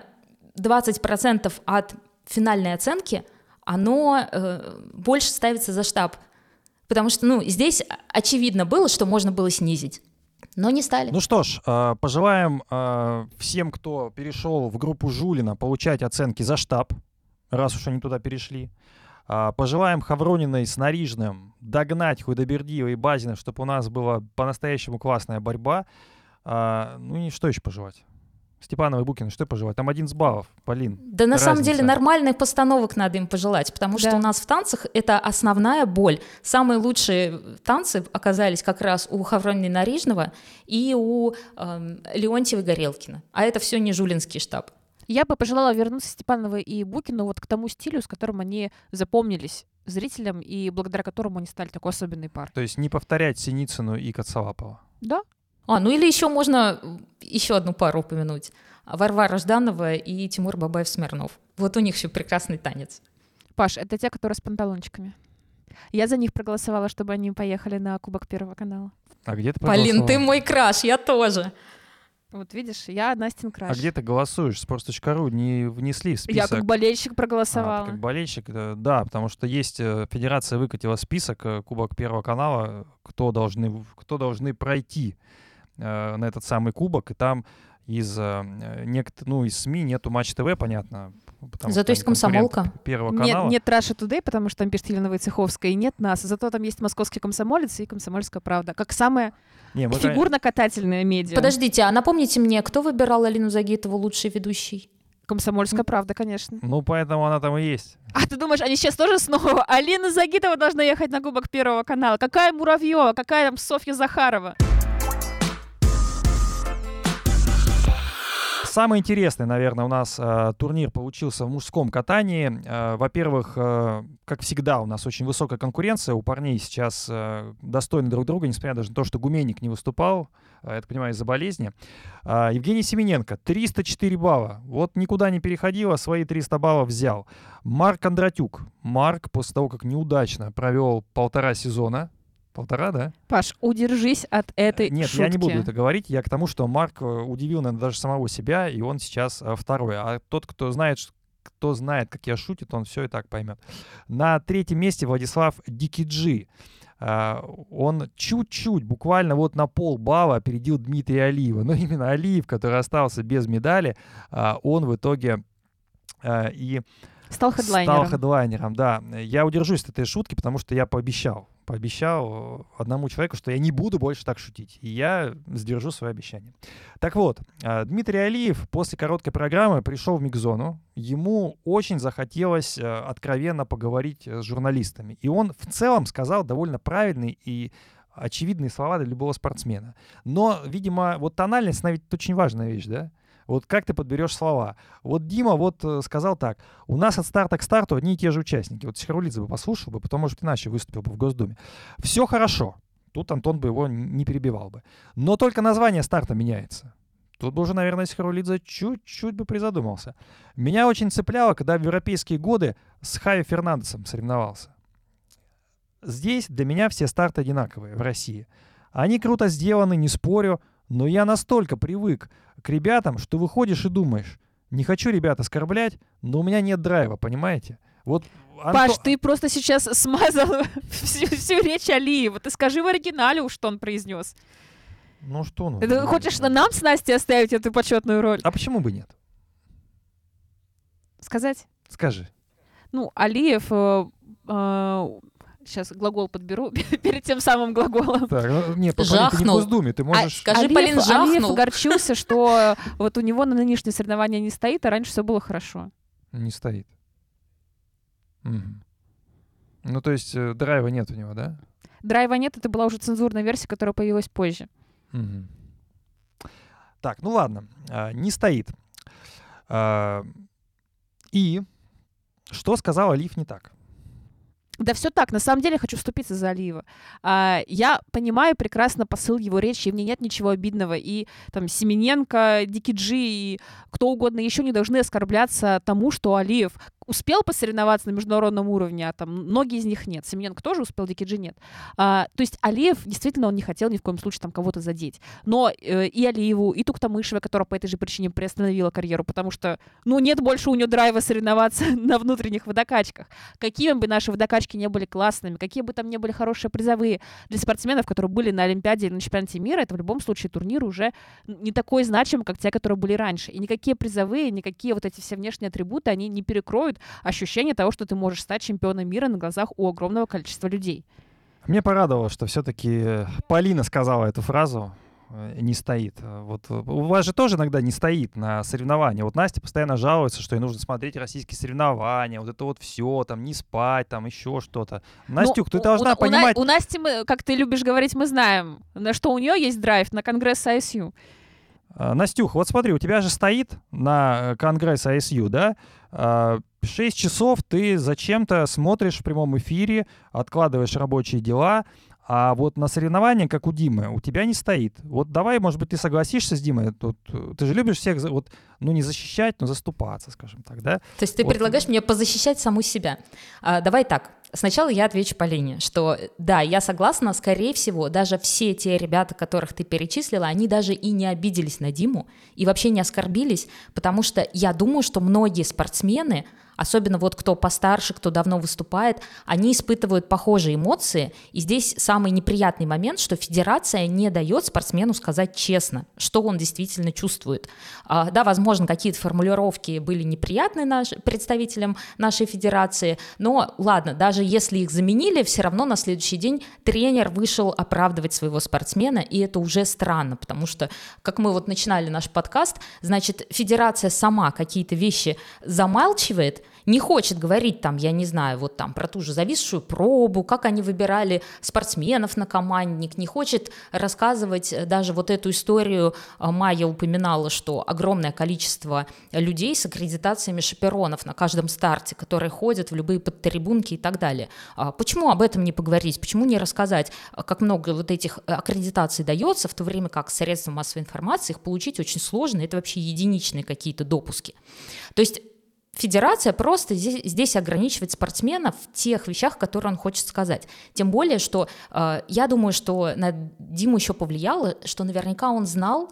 20% от финальной оценки, оно больше ставится за штаб. Потому что, ну, здесь очевидно было, что можно было снизить, но не стали. Ну что ж, пожелаем всем, кто перешел в группу Жулина, получать оценки за штаб, раз уж они туда перешли. Пожелаем Хаврониной с Нарижным догнать Худайбердиева и Базина, чтобы у нас была по-настоящему классная борьба. Ну и что еще пожелать? Степанова и Букина, что пожелать? Там 11 баллов, Полин. Да на самом деле нормальных постановок надо им пожелать, потому что у нас в танцах это основная боль. Самые лучшие танцы оказались как раз у Хавронины Нарижного и у Леонтьева и Горелкина. А это все не жулинский штаб. Я бы пожелала вернуться Степановой и Букину вот к тому стилю, с которым они запомнились зрителям и благодаря которому они стали такой особенной парой. То есть не повторять Синицыну и Коцалапова. Да. Ну или еще можно еще одну пару упомянуть. Варвара Жданова и Тимур Бабаев-Смирнов. Вот у них еще прекрасный танец. Паш, это те, которые с панталончиками. Я за них проголосовала, чтобы они поехали на Кубок Первого канала. А где ты проголосовала? Полин, ты мой краш, я тоже. Вот видишь, я Настин краш. А где ты голосуешь? Sports.ru не внесли в список. Я как болельщик проголосовала. Как болельщик, да, потому что есть федерация выкатила список Кубок Первого канала, кто должны пройти на этот самый кубок, и там из СМИ нету Матч ТВ, понятно. Зато есть Комсомолка. Первого канала. Нет Russia Today, потому что там пишет Елена Войцеховская, и нет нас. Зато там есть Московский комсомолец и Комсомольская правда. Как самая фигурно-катательная медиа. Подождите, а напомните мне, кто выбирал Алину Загитову лучшей ведущей? Комсомольская правда, конечно. Ну, поэтому она там и есть. А ты думаешь, они сейчас тоже снова? Алина Загитова должна ехать на Кубок Первого канала. Какая Муравьева, какая там Софья Захарова? Самый интересный, наверное, у нас турнир получился в мужском катании. Во-первых, как всегда, у нас очень высокая конкуренция. У парней сейчас достойны друг друга, несмотря даже на то, что Гуменник не выступал, я так понимаю, из-за болезни. Евгений Семененко, 304 балла. Вот никуда не переходил, свои 300 баллов взял. Марк Кондратюк. Марк, после того, как неудачно провел 1,5 сезона, 1,5, да? Паш, удержись от этой Нет, шутки. я не буду это говорить. Я к тому, что Марк удивил, наверное, даже самого себя, и он сейчас второй. А тот, кто знает, как я шутит, он все и так поймет. На 3-м месте Владислав Дикиджи. Он чуть-чуть, буквально вот на полбалла опередил Дмитрия Алиева. Но именно Алиев, который остался без медали, он в итоге и стал хедлайнером, да. Я удержусь от этой шутки, потому что я пообещал одному человеку, что я не буду больше так шутить. И я сдержу свое обещание. Так вот, Дмитрий Алиев после короткой программы пришел в микс-зону. Ему очень захотелось откровенно поговорить с журналистами. И он в целом сказал довольно правильные и очевидные слова для любого спортсмена. Но, видимо, вот тональность, она ведь очень важная вещь, да? Вот как ты подберешь слова? Вот Дима сказал так. У нас от старта к старту одни и те же участники. Вот Сихрулидзе бы послушал бы, потом, может, иначе выступил бы в Госдуме. Все хорошо. Тут Антон бы его не перебивал бы. Но только название старта меняется. Тут бы уже, наверное, Сихрулидзе чуть-чуть бы призадумался. Меня очень цепляло, когда в европейские годы с Хави Фернандесом соревновался. Здесь для меня все старты одинаковые в России. Они круто сделаны, не спорю, но я настолько привык к ребятам, что выходишь и думаешь, не хочу ребят оскорблять, но у меня нет драйва, понимаете? Вот Паш, ты просто сейчас смазал всю речь Алиева. Ты скажи в оригинале уж, что он произнес. Ну что ну? Ты хочешь нам с Настей оставить эту почетную роль? А почему бы нет? Сказать? Скажи. Ну, Алиев... Сейчас глагол подберу перед тем самым глаголом. Так, не, Полин, ты не в Госдуме, ты можешь... Скажи, Полин, жахнул. Алиев огорчился, что вот у него на нынешнее соревнование не стоит, а раньше все было хорошо. Не стоит. Ну, то есть драйва нет у него, да? Драйва нет, это была уже цензурная версия, которая появилась позже. Так, ну ладно, не стоит. И что сказал Алиев не так? Да все так. На самом деле хочу вступиться за Алиева. Я понимаю прекрасно посыл его речи, и мне нет ничего обидного. И там Семененко, Дикиджи и кто угодно еще не должны оскорбляться тому, что Алиев успел посоревноваться на международном уровне, а там многие из них нет. Семененко тоже успел, Дикиджи нет. То есть Алиев, действительно, он не хотел ни в коем случае там кого-то задеть. Но и Алиеву, и Туктамышевой, которая по этой же причине приостановила карьеру, потому что, ну, нет больше у нее драйва соревноваться на внутренних водокачках. Какими бы наши водокачки не были классными, какие бы там ни были хорошие призовые для спортсменов, которые были на Олимпиаде или на чемпионате мира, это в любом случае турнир уже не такой значимый, как те, которые были раньше. И никакие призовые, никакие вот эти все внешние атрибуты, они не перекроют ощущение того, что ты можешь стать чемпионом мира на глазах у огромного количества людей. Мне порадовало, что все-таки Полина сказала эту фразу «не стоит». Вот у вас же тоже иногда не стоит на соревнования. Вот Настя постоянно жалуется, что ей нужно смотреть российские соревнования, вот это вот все, там, не спать, там, еще что-то. Настюх, ты должна понимать... У Насти, как ты любишь говорить, мы знаем, на что у нее есть драйв, на конгресс ISU. Настюх, вот смотри, у тебя же стоит на конгресс ISU, да, 6 часов ты зачем-то смотришь в прямом эфире, откладываешь рабочие дела, а вот на соревнования, как у Димы, у тебя не стоит. Вот давай, может быть, ты согласишься с Димой, тут, ты же любишь всех, вот, ну, не защищать, но заступаться, скажем так, да? То есть ты вот. предлагаешь мне позащищать саму себя. Давай так. Сначала я отвечу Полине, что да, я согласна, скорее всего, даже все те ребята, которых ты перечислила, они даже и не обиделись на Диму и вообще не оскорбились, потому что я думаю, что многие спортсмены, особенно вот кто постарше, кто давно выступает, они испытывают похожие эмоции, и здесь самый неприятный момент, что федерация не дает спортсмену сказать честно, что он действительно чувствует. Да, возможно, какие-то формулировки были неприятны представителям нашей федерации, но ладно, даже если их заменили, все равно на следующий день тренер вышел оправдывать своего спортсмена, и это уже странно, потому что, как мы вот начинали наш подкаст, значит, федерация сама какие-то вещи замалчивает, не хочет говорить там, я не знаю, вот там про ту же зависшую пробу, как они выбирали спортсменов на командник, не хочет рассказывать даже вот эту историю. Майя упоминала, что огромное количество людей с аккредитациями шаперонов на каждом старте, которые ходят в любые подтрибунки и так далее. Почему об этом не поговорить? Почему не рассказать, как много вот этих аккредитаций дается, в то время как средством массовой информации их получить очень сложно, это вообще единичные какие-то допуски. То есть федерация просто здесь ограничивает спортсмена в тех вещах, которые он хочет сказать. Тем более, что я думаю, что на Диму еще повлияло, что наверняка он знал,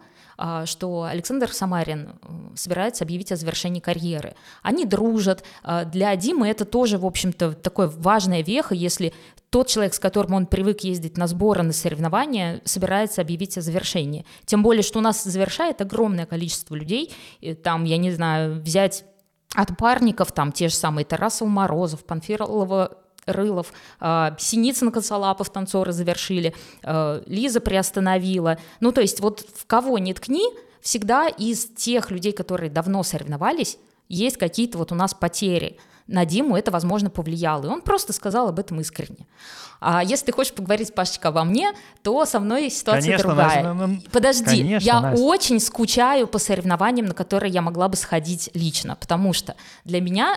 что Александр Самарин собирается объявить о завершении карьеры. Они дружат. Для Димы это тоже, в общем-то, такая важная веха, если тот человек, с которым он привык ездить на сборы, на соревнования, собирается объявить о завершении. Тем более, что у нас завершает огромное количество людей. Там, я не знаю, взять от парников, там те же самые Тарасов, Морозов, Панфилова, Рылов, Синицын, Косолапов танцоры завершили, Лиза приостановила. Ну, то есть вот в кого ни ткни, всегда из тех людей, которые давно соревновались, есть какие-то вот у нас потери. На Диму это, возможно, повлияло, и он просто сказал об этом искренне. А если ты хочешь поговорить, Пашечка, обо мне, то со мной ситуация другая. Подожди, конечно, я Настя. очень скучаю по соревнованиям, на которые я могла бы сходить лично, потому что для меня...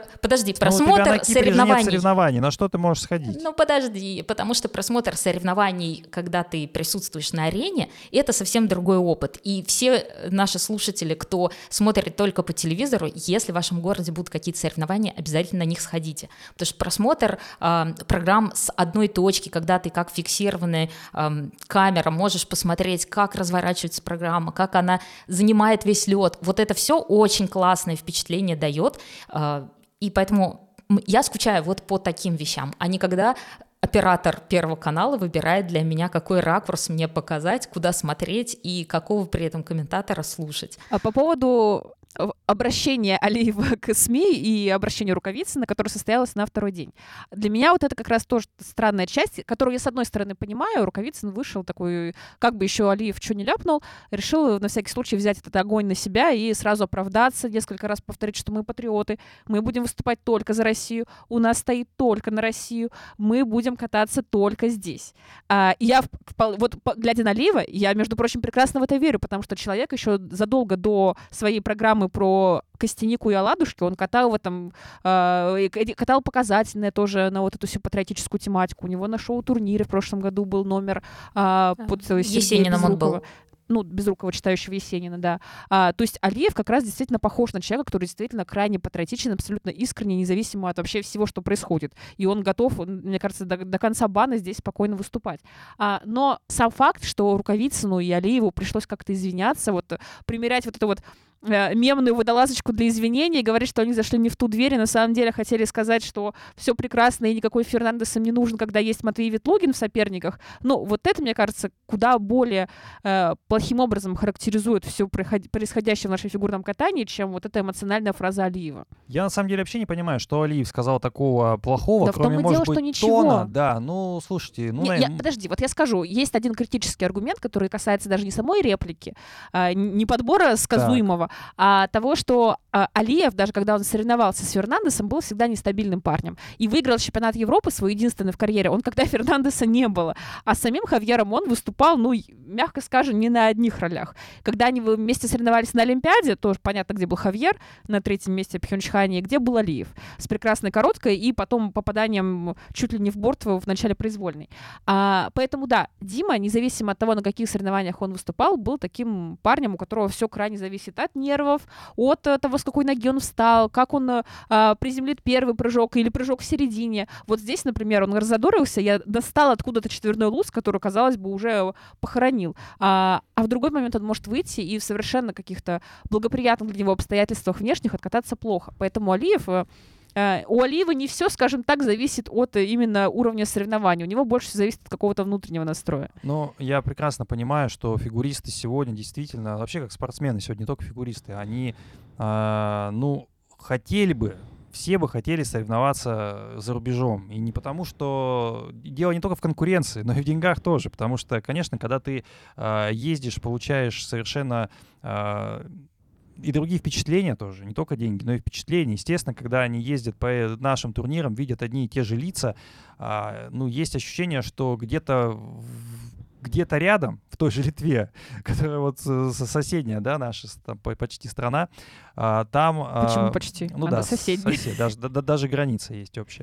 просмотр соревнований. На что ты можешь сходить? Ну, подожди, потому что просмотр соревнований, когда ты присутствуешь на арене, это совсем другой опыт. И все наши слушатели, кто смотрит только по телевизору, если в вашем городе будут какие-то соревнования, обязательно на них сходите. Потому что просмотр программ с одной точки, когда ты как фиксированная камера можешь посмотреть, как разворачивается программа, как она занимает весь лед. Вот это все очень классное впечатление дает. И поэтому Я скучаю вот по таким вещам, а не когда оператор Первого канала выбирает для меня, какой ракурс мне показать, куда смотреть и какого при этом комментатора слушать. А по поводу обращение Алиева к СМИ и обращение Рукавицына, которое состоялось на второй день. Для меня вот это как раз тоже странная часть, которую я, с одной стороны, понимаю. Рукавицын вышел такой, как бы еще Алиев что не ляпнул, решил на всякий случай взять этот огонь на себя и сразу оправдаться, несколько раз повторить, что мы патриоты, мы будем выступать только за Россию, у нас стоит только на Россию, мы будем кататься только здесь. Я, вот глядя на Алиева, я, между прочим, прекрасно в это верю, потому что человек еще задолго до своей программы про Костянику и оладушки, он катал в этом, катал показательное тоже на вот эту всю патриотическую тематику. У него на шоу-турнире в прошлом году был номер под Есениным он был. Ну, Безрукова, читающего Есенина, да. То есть Алиев как раз действительно похож на человека, который действительно крайне патриотичен, абсолютно искренне, независимо от вообще всего, что происходит. И он готов, мне кажется, до конца бана здесь спокойно выступать. Но сам факт, что Рукавицыну и Алиеву пришлось как-то извиняться, вот примерять вот эту вот мемную водолазочку для извинений, говорить, что они зашли не в ту дверь, и на самом деле хотели сказать, что все прекрасно и никакой Фернандес им не нужен, когда есть Матвей Ветлугин в соперниках. Ну, вот это, мне кажется, куда более плохим образом характеризует все происходящее в нашем фигурном катании, чем вот эта эмоциональная фраза Алиева. Я на самом деле вообще не понимаю, что Алиев сказал такого плохого, да кроме, может быть, тона. Да, ну, слушайте. Ну, подожди, вот я скажу, есть один критический аргумент, который касается даже не самой реплики, не подбора сказуемого, а того, что Алиев, даже когда он соревновался с Фернандесом, был всегда нестабильным парнем. И выиграл чемпионат Европы, свой единственный в карьере, он когда Фернандеса не было. А с самим Хавьером он выступал, ну, мягко скажем, не на одних ролях. Когда они вместе соревновались на Олимпиаде, тоже понятно, где был Хавьер, на третьем месте в Пхенчхане, где был Алиев. С прекрасной короткой и потом попаданием чуть ли не в борт в начале произвольной. Поэтому, да, Дима, независимо от того, на каких соревнованиях он выступал, был таким парнем, у которого все крайне зависит от нервов, от того, с какой ноги он встал, как он приземлит первый прыжок или прыжок в середине. Вот здесь, например, он раззадорился, я достал откуда-то четверной луз, который, казалось бы, уже похоронил. А в другой момент он может выйти и в совершенно каких-то благоприятных для него обстоятельствах внешних откататься плохо. Поэтому у Алиева не все, скажем так, зависит от именно уровня соревнований. У него больше зависит от какого-то внутреннего настроя. Ну, я прекрасно понимаю, что фигуристы сегодня действительно, вообще как спортсмены сегодня, не только фигуристы, они, все бы хотели соревноваться за рубежом. И не потому, что дело не только в конкуренции, но и в деньгах тоже. Потому что, конечно, когда ты ездишь, получаешь совершенно... и другие впечатления тоже, не только деньги, но и впечатления. Естественно, когда они ездят по нашим турнирам, видят одни и те же лица, есть ощущение, что где-то рядом, в той же Литве, которая вот соседняя, да, наша там, почти страна, там... Почему почти? Ну да, соседняя. Даже граница есть общая.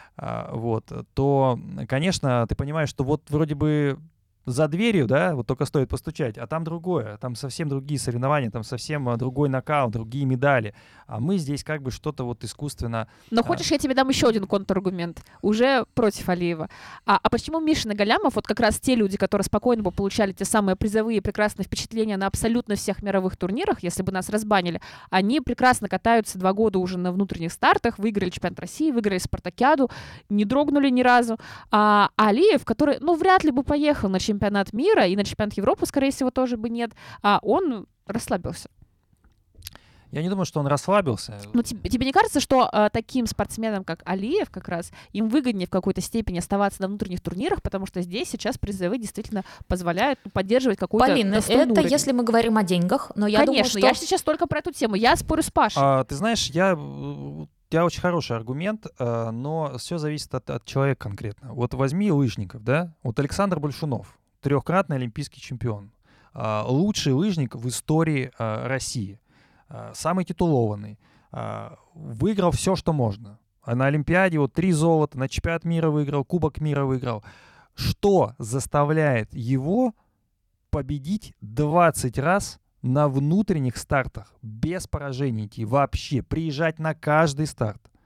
То, конечно, ты понимаешь, что вот вроде бы за дверью, да, вот только стоит постучать, а там другое, там совсем другие соревнования, там совсем другой нокаут, другие медали, а мы здесь как бы что-то вот искусственно... Но хочешь, я тебе дам еще один контраргумент, уже против Алиева. А почему Мишин и Галямов, вот как раз те люди, которые спокойно бы получали те самые призовые прекрасные впечатления на абсолютно всех мировых турнирах, если бы нас разбанили, они прекрасно катаются 2 года уже на внутренних стартах, выиграли чемпионат России, выиграли Спартакиаду, не дрогнули ни разу. А Алиев, который, вряд ли бы поехал на чемпионат мира и на чемпионат Европы, скорее всего, тоже бы нет, он расслабился. Я не думаю, что он расслабился. Ну, тебе не кажется, что таким спортсменам, как Алиев, как раз, им выгоднее в какой-то степени оставаться на внутренних турнирах, потому что здесь сейчас призовые действительно позволяют поддерживать какой-то достойный это уровень. Если мы говорим о деньгах, но я думаю, что... Конечно, я сейчас только про эту тему, я спорю с Пашей. Ты знаешь, у тебя очень хороший аргумент, но все зависит от человека конкретно. Вот возьми лыжников, да? Вот Александр Большунов, 3-кратный олимпийский чемпион, лучший лыжник в истории России, самый титулованный, выиграл все, что можно. На Олимпиаде 3 золота, на чемпионат мира выиграл, Кубок мира выиграл. Что заставляет его победить 20 раз на внутренних стартах, без поражений идти, вообще приезжать на каждый старт?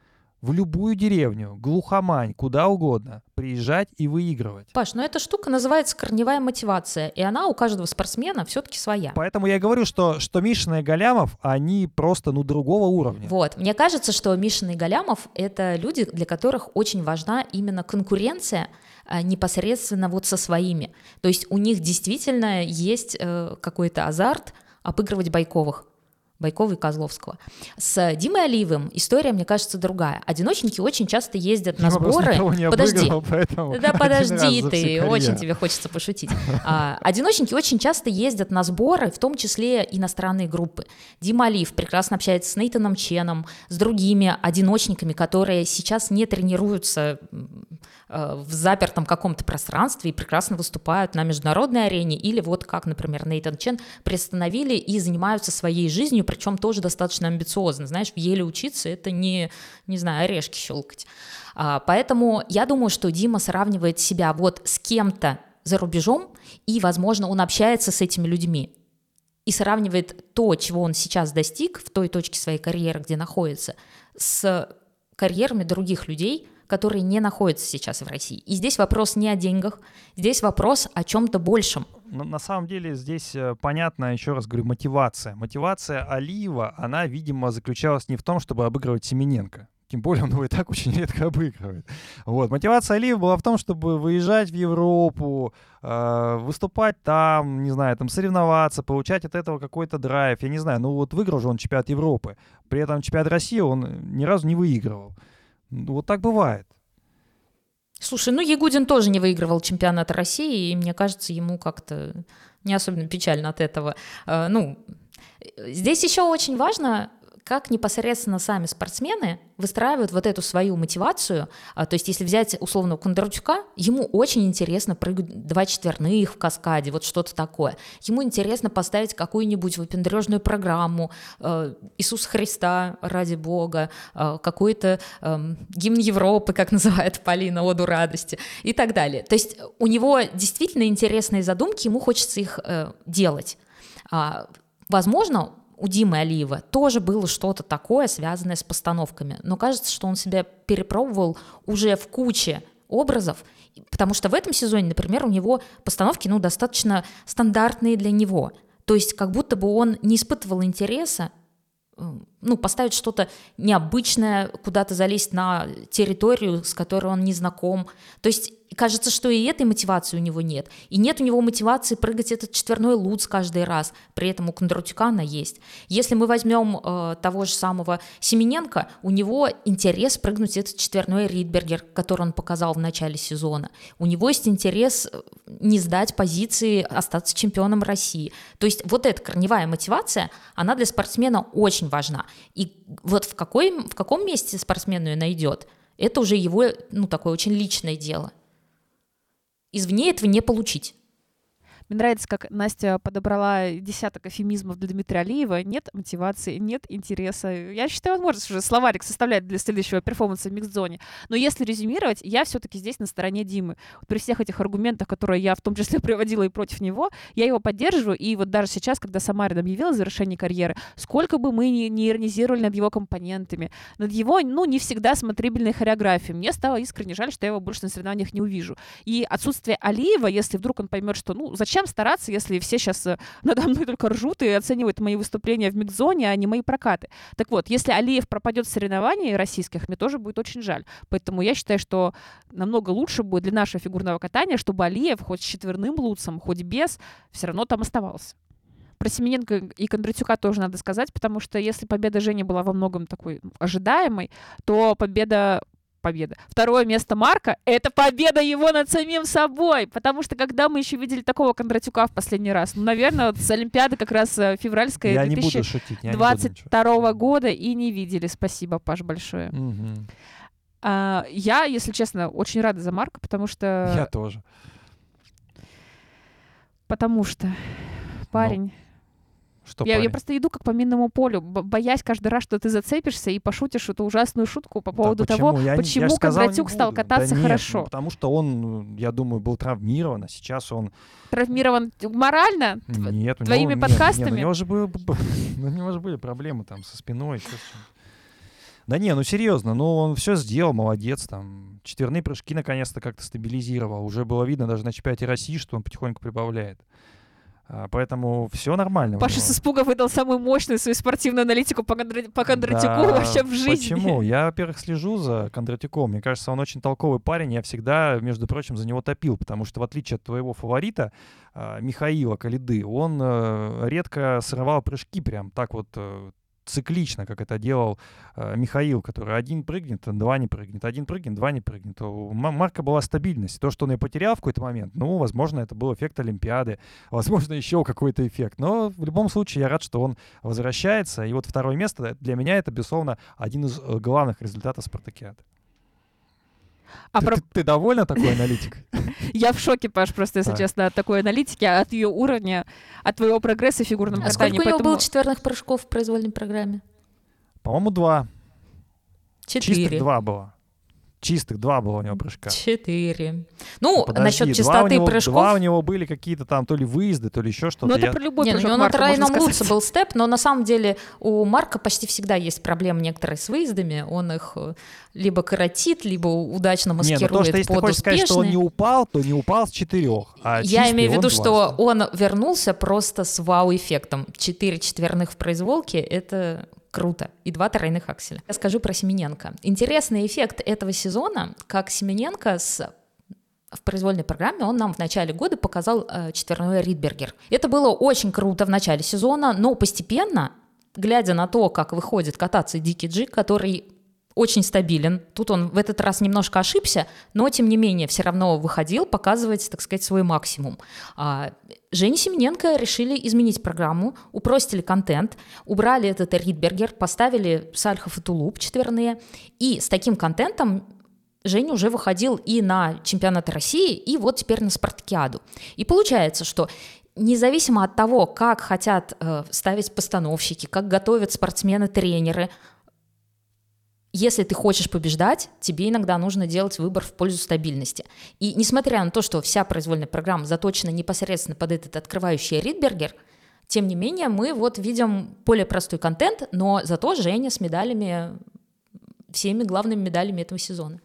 в любую деревню, глухомань, куда угодно, приезжать и выигрывать. Паш, эта штука называется корневая мотивация, и она у каждого спортсмена все-таки своя. Поэтому я говорю, что Мишина и Галямов, они просто, другого уровня. Вот, мне кажется, что Мишина и Галямов — это люди, для которых очень важна именно конкуренция непосредственно вот со своими. То есть у них действительно есть какой-то азарт обыгрывать Байкова и Козловского. С Димой Алиевым история, мне кажется, другая. Одиночники очень часто ездят на сборы. Подожди. Да подожди ты, очень тебе хочется пошутить. Одиночники очень часто ездят на сборы, в том числе иностранные группы. Дима Алиев прекрасно общается с Нейтаном Ченом, с другими одиночниками, которые сейчас не тренируются в запертом каком-то пространстве и прекрасно выступают на международной арене, или вот как, например, Нейтан Чен приостановили и занимаются своей жизнью, причем тоже достаточно амбициозно. Знаешь, в Еле учиться — это не знаю, орешки щелкать. Поэтому я думаю, что Дима сравнивает себя вот с кем-то за рубежом, и, возможно, он общается с этими людьми и сравнивает то, чего он сейчас достиг в той точке своей карьеры, где находится, с карьерами других людей, которые не находятся сейчас в России. И здесь вопрос не о деньгах, здесь вопрос о чем-то большем. На самом деле здесь понятна, еще раз говорю, мотивация. Мотивация Алиева, она, видимо, заключалась не в том, чтобы обыгрывать Семененко. Тем более он его и так очень редко обыгрывает. Вот. Мотивация Алиева была в том, чтобы выезжать в Европу, выступать там, не знаю, там соревноваться, получать от этого какой-то драйв. Я не знаю, выиграл же он чемпионат Европы. При этом чемпионат России он ни разу не выигрывал. Вот так бывает. Слушай, Ягудин тоже не выигрывал чемпионат России, и мне кажется, ему как-то не особенно печально от этого. Здесь еще очень важно, как непосредственно сами спортсмены выстраивают вот эту свою мотивацию. То есть если взять условно Кондратюка, ему очень интересно прыгать 2 четверных в каскаде, вот что-то такое. Ему интересно поставить какую-нибудь выпендрежную программу, Иисуса Христа, ради Бога, какой-то гимн Европы, как называет Полина, оду радости и так далее. То есть у него действительно интересные задумки, ему хочется их делать. Возможно, у Димы Алиева тоже было что-то такое, связанное с постановками. Но кажется, что он себя перепробовал уже в куче образов, потому что в этом сезоне, например, у него постановки достаточно стандартные для него. То есть как будто бы он не испытывал интереса поставить что-то необычное, куда-то залезть на территорию, с которой он не знаком. То есть кажется, что и этой мотивации у него нет. И нет у него мотивации прыгать этот четверной Луц каждый раз. При этом у Кондратюка она есть. Если мы возьмем того же самого Семененко, у него интерес прыгнуть этот четверной Ридбергер, который он показал в начале сезона. У него есть интерес не сдать позиции, остаться чемпионом России. То есть вот эта корневая мотивация, она для спортсмена очень важна. И вот в каком месте спортсмен ее найдет, это уже его, такое очень личное дело. Извне этого не получить. Мне нравится, как Настя подобрала десяток эвфемизмов для Дмитрия Алиева. Нет мотивации, нет интереса. Я считаю, он может уже словарик составлять для следующего перформанса в микс-зоне. Но если резюмировать, я все-таки здесь на стороне Димы. При всех этих аргументах, которые я в том числе приводила и против него, я его поддерживаю. И вот даже сейчас, когда Самарин объявила завершение карьеры, сколько бы мы ни иронизировали над его компонентами, над его, не всегда смотрибельной хореографией, мне стало искренне жаль, что я его больше на соревнованиях не увижу. И отсутствие Алиева, если вдруг он поймет, что, зачем стараться, если все сейчас надо мной только ржут и оценивают мои выступления в микс-зоне, а не мои прокаты. Так вот, если Алиев пропадет в соревнованиях российских, мне тоже будет очень жаль. Поэтому я считаю, что намного лучше будет для нашего фигурного катания, чтобы Алиев хоть с четверным Луцем, хоть без, все равно там оставался. Про Семененко и Кондратюка тоже надо сказать, потому что если победа Жени была во многом такой ожидаемой, то победа. Второе место Марка — это победа его над самим собой, потому что когда мы еще видели такого Кондратюка в последний раз, наверное, с Олимпиады как раз февральской 2022 года и не видели. Спасибо, Паш, большое. Угу. Я, если честно, очень рада за Марка, потому что... Я тоже. Потому что парень... Я просто иду как по минному полю, боясь каждый раз, что ты зацепишься и пошутишь эту ужасную шутку по поводу того, почему Кондратюк стал кататься хорошо. Потому что он, я думаю, был травмирован, а сейчас он... Травмирован морально? Нет. Твоими подкастами? У него же были проблемы там со спиной, еще с чем-то. Да не, ну серьезно, ну он все сделал, молодец. Там четверные прыжки наконец-то как-то стабилизировал. Уже было видно даже на чемпионате России, что он потихоньку прибавляет. Поэтому все нормально. Паша с испуга выдал самую мощную свою спортивную аналитику по Кондратюку вообще в жизни. Почему? Я, во-первых, слежу за Кондратюком. Мне кажется, он очень толковый парень. Я всегда, между прочим, за него топил, потому что, в отличие от твоего фаворита, Михаила Калиды, он редко срывал прыжки прям так вот циклично, как это делал Михаил, который один прыгнет, два не прыгнет, один прыгнет, два не прыгнет. У Марка была стабильность. То, что он ее потерял в какой-то момент, ну, возможно, это был эффект Олимпиады, возможно, еще какой-то эффект. Но в любом случае я рад, что он возвращается. И вот второе место для меня это, безусловно, один из главных результатов Спартакиады. Ты довольна такой аналитикой? Я в шоке, Паш, просто, если честно, от такой аналитики, от ее уровня, от твоего прогресса в фигурном катании. Сколько у него было четверных прыжков в произвольной программе? По-моему, 2. 4. Чистых 2 было. Чистых 2 было у него прыжка. 4. Ну, насчет чистоты прыжков... 2 у него были какие-то там то ли выезды, то ли еще что-то. Ну, это про любой прыжок у него на тройном луце был сказать. степ, но на самом деле у Марка почти всегда есть проблемы некоторые с выездами. Он их либо коротит, либо удачно маскирует то, что, если под ты хочешь сказать, что он не упал, то не упал с 4. Я имею в виду, что он вернулся просто с вау-эффектом. 4 четверных в произволке — это... круто. И 2 тройных акселя. Я скажу про Семененко. Интересный эффект этого сезона, как Семененко в произвольной программе, он нам в начале года показал четверной Ридбергер. Это было очень круто в начале сезона, но постепенно, глядя на то, как выходит кататься Дикий Джи, который очень стабилен. Тут он в этот раз немножко ошибся, но, тем не менее, все равно выходил показывать, так сказать, свой максимум. Женя Семененко решили изменить программу, упростили контент, убрали этот Ридбергер, поставили Сальхов и Тулуп четверные, и с таким контентом Женя уже выходил и на чемпионат России, и вот теперь на Спартакиаду. И получается, что независимо от того, как хотят ставить постановщики, как готовят спортсмены-тренеры, если ты хочешь побеждать, тебе иногда нужно делать выбор в пользу стабильности. И несмотря на то, что вся произвольная программа заточена непосредственно под этот открывающий Ридбергер, тем не менее мы вот видим более простой контент, но зато Женя с медалями, всеми главными медалями этого сезона.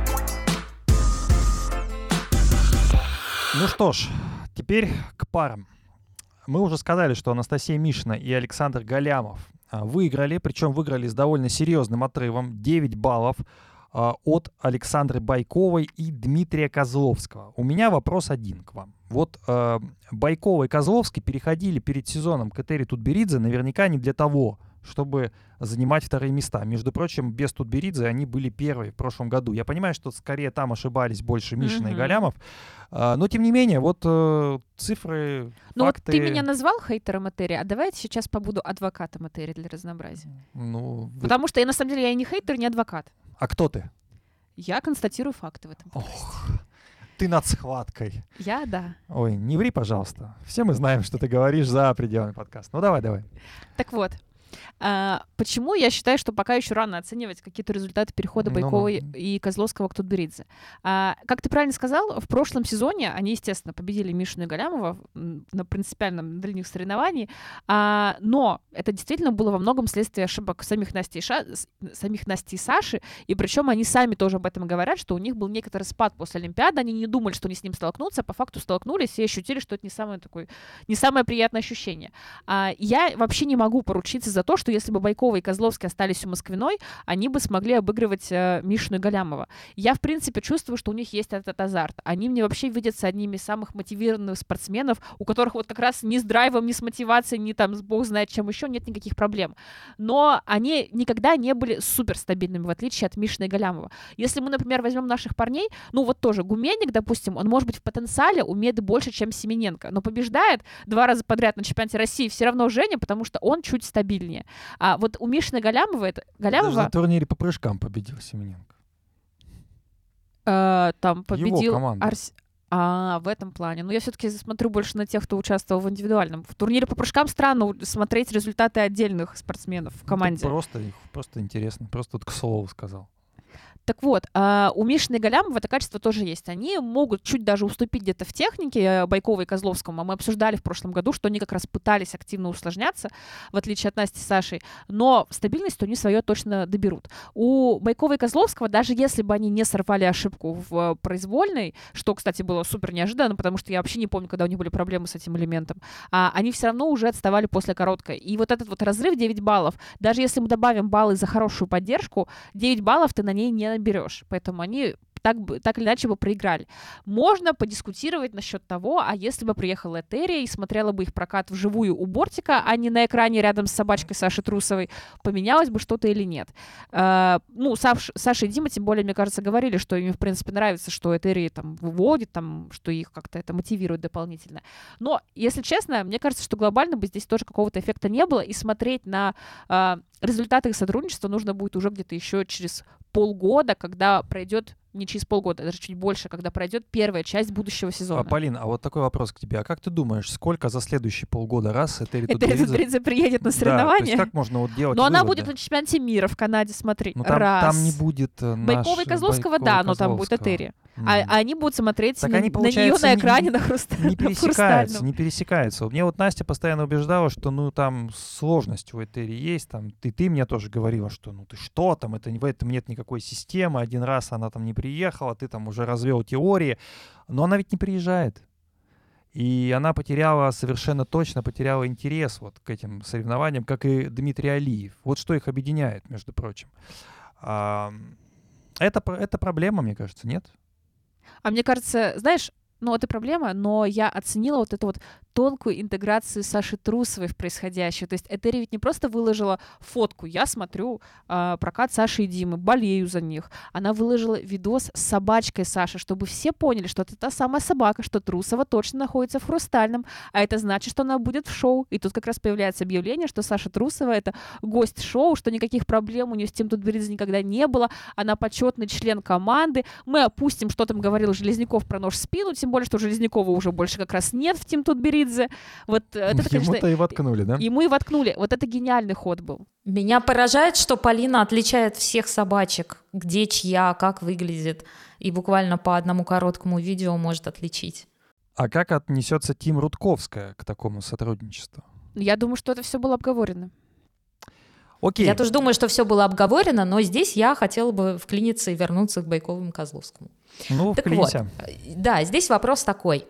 Ну что ж, теперь к парам. Мы уже сказали, что Анастасия Мишина и Александр Галямов выиграли, причем выиграли с довольно серьезным отрывом, 9 баллов от Александры Байковой и Дмитрия Козловского. У меня вопрос один к вам. Вот Байкова и Козловский переходили перед сезоном к Этери Тутберидзе наверняка не для того, чтобы занимать вторые места. Между прочим, без Тутберидзе они были первые в прошлом году. Я понимаю, что скорее там ошибались больше Мишина и Галямов, но тем не менее, вот цифры, ну факты... Вот ты меня назвал хейтером Этери, а давай я сейчас побуду адвокатом Этери для разнообразия. Потому что я на самом деле я и не хейтер, не адвокат. А кто ты? Я констатирую факты в этом подкасте. Ты над схваткой. Я, да. Ой, не ври, пожалуйста. Все мы знаем, что ты говоришь за пределами подкаста. Ну давай. Так вот. Почему я считаю, что пока еще рано оценивать какие-то результаты перехода Байковой и Козловского к Тутберидзе? Как ты правильно сказал, в прошлом сезоне они, естественно, победили Мишину и Галямова на принципиальном для них соревновании, но это действительно было во многом следствие ошибок самих Насти и Саши, и причем они сами тоже об этом говорят, что у них был некоторый спад после Олимпиады, они не думали, что они с ним столкнутся, а по факту столкнулись и ощутили, что это не самое приятное ощущение. Я вообще не могу поручиться за то, что если бы Байкова и Козловский остались у Москвиной, они бы смогли обыгрывать Мишину и Галямова. Я, в принципе, чувствую, что у них есть этот азарт. Они мне вообще видятся одними из самых мотивированных спортсменов, у которых вот как раз ни с драйвом, ни с мотивацией, ни там, бог знает чем еще, нет никаких проблем. Но они никогда не были суперстабильными, в отличие от Мишина и Галямова. Если мы, например, возьмем наших парней, ну вот тоже Гуменник, допустим, он, может быть, в потенциале умеет больше, чем Семененко, но побеждает 2 раза подряд на чемпионате России все равно Женя, потому что он чуть стабильнее. А вот у Мишины Галямова... Даже на турнире по прыжкам победил Семененко. Там победил... Его команда. В этом плане. Но я все-таки смотрю больше на тех, кто участвовал в индивидуальном. В турнире по прыжкам странно смотреть результаты отдельных спортсменов в команде. Просто интересно. Просто вот к слову сказал. Так вот, у Мишина и Галямова это качество тоже есть. Они могут чуть даже уступить где-то в технике Байковой и Козловскому. Мы обсуждали в прошлом году, что они как раз пытались активно усложняться, в отличие от Насти с Сашей, но стабильность они свое точно доберут. У Байкова и Козловского, даже если бы они не сорвали ошибку в произвольной, что, кстати, было супер неожиданно, потому что я вообще не помню, когда у них были проблемы с этим элементом, они все равно уже отставали после короткой. И вот этот вот разрыв 9 баллов, даже если мы добавим баллы за хорошую поддержку, 9 баллов ты на ней не наберешь. Поэтому они так или иначе бы проиграли. Можно подискутировать насчет того, а если бы приехала Этерия и смотрела бы их прокат вживую у бортика, а не на экране рядом с собачкой Саши Трусовой, поменялось бы что-то или нет. Саша и Дима, тем более, мне кажется, говорили, что им, в принципе, нравится, что Этерия там выводит, там, что их как-то это мотивирует дополнительно. Но, если честно, мне кажется, что глобально бы здесь тоже какого-то эффекта не было, и смотреть на результаты их сотрудничества нужно будет уже где-то еще через полгода, когда пройдет, не через полгода, даже чуть больше, когда пройдет первая часть будущего сезона. Полин, а вот такой вопрос к тебе. А как ты думаешь, сколько за следующие полгода раз Этери Тутберидзе приедет на соревнования? Да, то есть как можно вот делать Но выводы? Она будет на чемпионате мира в Канаде, смотри. Ну, там не будет Байкова и Козловского, да, но там будет Этери. А они будут смотреть так на нее на экране на хрустальном. Не пересекаются. Мне вот Настя постоянно убеждала, что там сложность у Этери есть. Там, ты мне тоже говорила, что ты что там, в этом нет никакой системы. Один раз она там не приехала, ты там уже развел теории. Но она ведь не приезжает. И она совершенно точно потеряла интерес вот к этим соревнованиям, как и Дмитрий Алиев. Вот что их объединяет, между прочим. Это проблема, мне кажется, нет? А мне кажется, знаешь, это проблема, но я оценила вот эту вот тонкую интеграцию Саши Трусовой в происходящее. То есть Этери ведь не просто выложила фотку, я смотрю прокат Саши и Димы, болею за них. Она выложила видос с собачкой Саши, чтобы все поняли, что это та самая собака, что Трусова точно находится в Хрустальном, а это значит, что она будет в шоу. И тут как раз появляется объявление, что Саша Трусова — это гость шоу, что никаких проблем у нее с Тим Тутберидзе никогда не было, она почетный член команды. Мы опустим, что там говорил Железняков про нож в спину, тем более, что Железнякова уже больше как раз нет в Тим Тутберидзе. Вот это, конечно, ему-то и воткнули, да? Ему и воткнули. Вот это гениальный ход был. Меня поражает, что Полина отличает всех собачек, где чья, как выглядит, и буквально по одному короткому видео может отличить. А как отнесется Тим Рудковская к такому сотрудничеству? Я думаю, что это все было обговорено. Окей. Я тоже думаю, что все было обговорено, но здесь я хотела бы вклиниться и вернуться к Байковому и Козловскому. Так вклинься. Вот, да, здесь вопрос такой.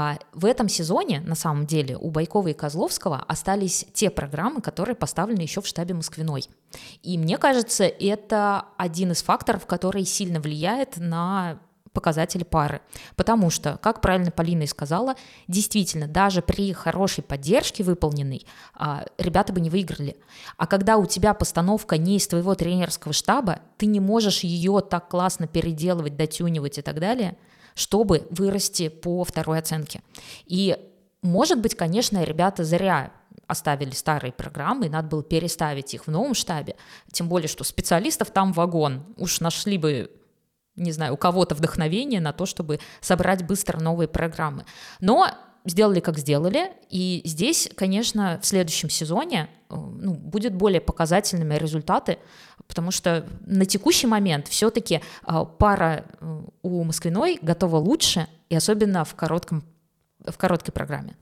В этом сезоне, на самом деле, у Байкова и Козловского остались те программы, которые поставлены еще в штабе Москвиной. И мне кажется, это один из факторов, который сильно влияет на показатели пары. Потому что, как правильно Полина и сказала, действительно, даже при хорошей поддержке выполненной, ребята бы не выиграли. А когда у тебя постановка не из твоего тренерского штаба, ты не можешь ее так классно переделывать, дотюнивать и так далее, чтобы вырасти по второй оценке. И, может быть, конечно, ребята зря оставили старые программы, и надо было переставить их в новом штабе. Тем более, что специалистов там вагон. Уж нашли бы, не знаю, у кого-то вдохновение на то, чтобы собрать быстро новые программы. Но сделали, как сделали, и здесь, конечно, в следующем сезоне будет более показательными результаты, потому что на текущий момент все-таки пара у Москвиной готова лучше, и особенно в короткой программе.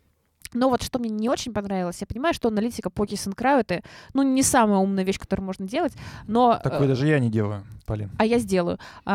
Но вот что мне не очень понравилось, я понимаю, что аналитика по Kiss and Cry — это, не самая умная вещь, которую можно делать, но... Такое даже я не делаю, Полин. А я сделаю.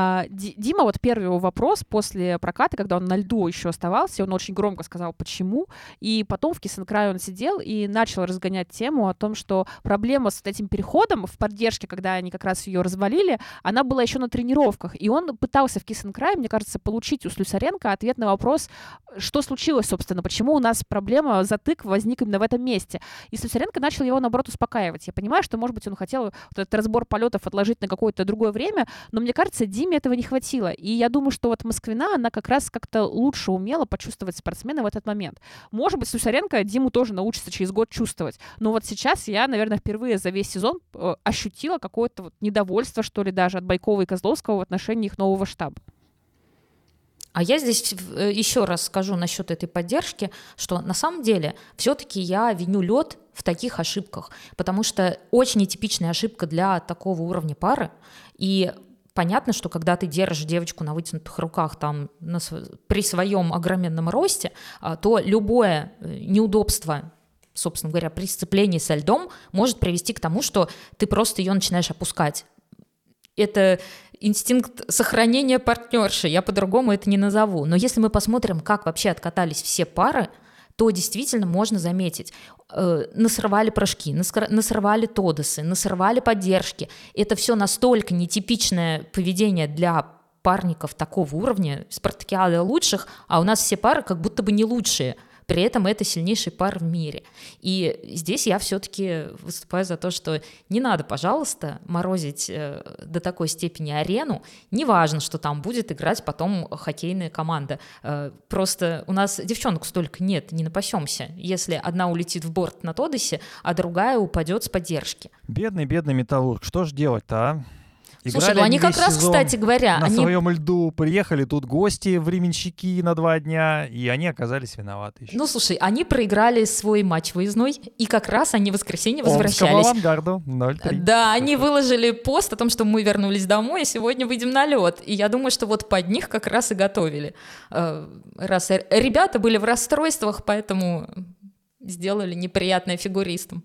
Дима, вот первый его вопрос после проката, когда он на льду еще оставался, он очень громко сказал, почему, и потом в Kiss and Cry он сидел и начал разгонять тему о том, что проблема с этим переходом в поддержке, когда они как раз ее развалили, она была еще на тренировках, и он пытался в Kiss and Cry, мне кажется, получить у Слюсаренко ответ на вопрос, что случилось, собственно, почему у нас проблема, затык возник именно в этом месте. И Слюсаренко начал его, наоборот, успокаивать. Я понимаю, что, может быть, он хотел вот этот разбор полетов отложить на какое-то другое время, но мне кажется, Диме этого не хватило. И я думаю, что вот Москвина, она как раз как-то лучше умела почувствовать спортсмена в этот момент. Может быть, Слюсаренко Диму тоже научится через год чувствовать. Но вот сейчас я, наверное, впервые за весь сезон ощутила какое-то вот недовольство, что ли, даже от Байкова и Козловского в отношении их нового штаба. А я здесь еще раз скажу насчет этой поддержки, что на самом деле все-таки я виню лед в таких ошибках, потому что очень нетипичная ошибка для такого уровня пары. И Понятно, что когда ты держишь девочку на вытянутых руках там, при своем огроменном росте, то любое неудобство, собственно говоря, при сцеплении со льдом может привести к тому, что ты просто ее начинаешь опускать. Это инстинкт сохранения партнерши, я по-другому это не назову. Но если мы посмотрим, как вообще откатались все пары, то действительно можно заметить, насрывали прыжки, насрывали тодосы, насрывали поддержки. Это все настолько нетипичное поведение для парников такого уровня, спартакиады лучших, а у нас все пары как будто бы не лучшие. При этом это сильнейший пар в мире. И здесь я все-таки выступаю за то, что не надо, пожалуйста, морозить до такой степени арену. Неважно, что там будет играть потом хоккейная команда. Просто у нас девчонок столько нет, не напасемся. Если одна улетит в борт на тодосе, а другая упадет с поддержки. Бедный Металлург, что ж делать-то, а? Слушай, ну они как раз, кстати говоря... На своем льду приехали тут гости, временщики на 2 дня, и они оказались виноваты еще. Ну, слушай, они проиграли свой матч выездной, и как раз они в воскресенье возвращались. Авангарду 0-3. Да, они выложили пост о том, что мы вернулись домой, и сегодня выйдем на лед. И я думаю, что вот под них как раз и готовили. Раз ребята были в расстройствах, поэтому сделали неприятное фигуристам.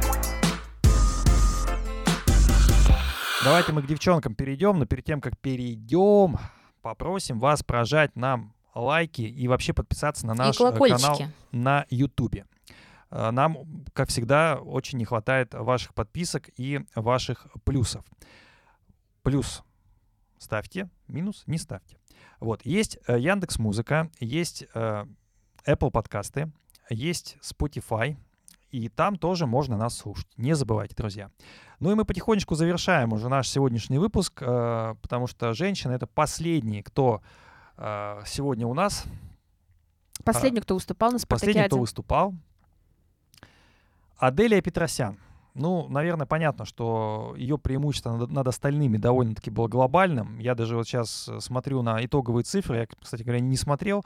Давайте мы к девчонкам перейдем, но перед тем, как перейдем, попросим вас прожать нам лайки и вообще подписаться на наш канал на YouTube. Нам, как всегда, очень не хватает ваших подписок и ваших плюсов. Плюс ставьте, минус не ставьте. Вот, есть Яндекс.Музыка, есть Apple подкасты, есть Spotify, и там тоже можно нас слушать. Не забывайте, друзья. Ну и мы потихонечку завершаем уже наш сегодняшний выпуск, потому что женщины — это последние, кто сегодня у нас. Последний, кто выступал на спартакиаде. Последний, кто выступал. Аделия Петросян. Ну, наверное, понятно, что ее преимущество над остальными довольно-таки было глобальным. Я даже вот сейчас смотрю на итоговые цифры, я, кстати говоря, не смотрел.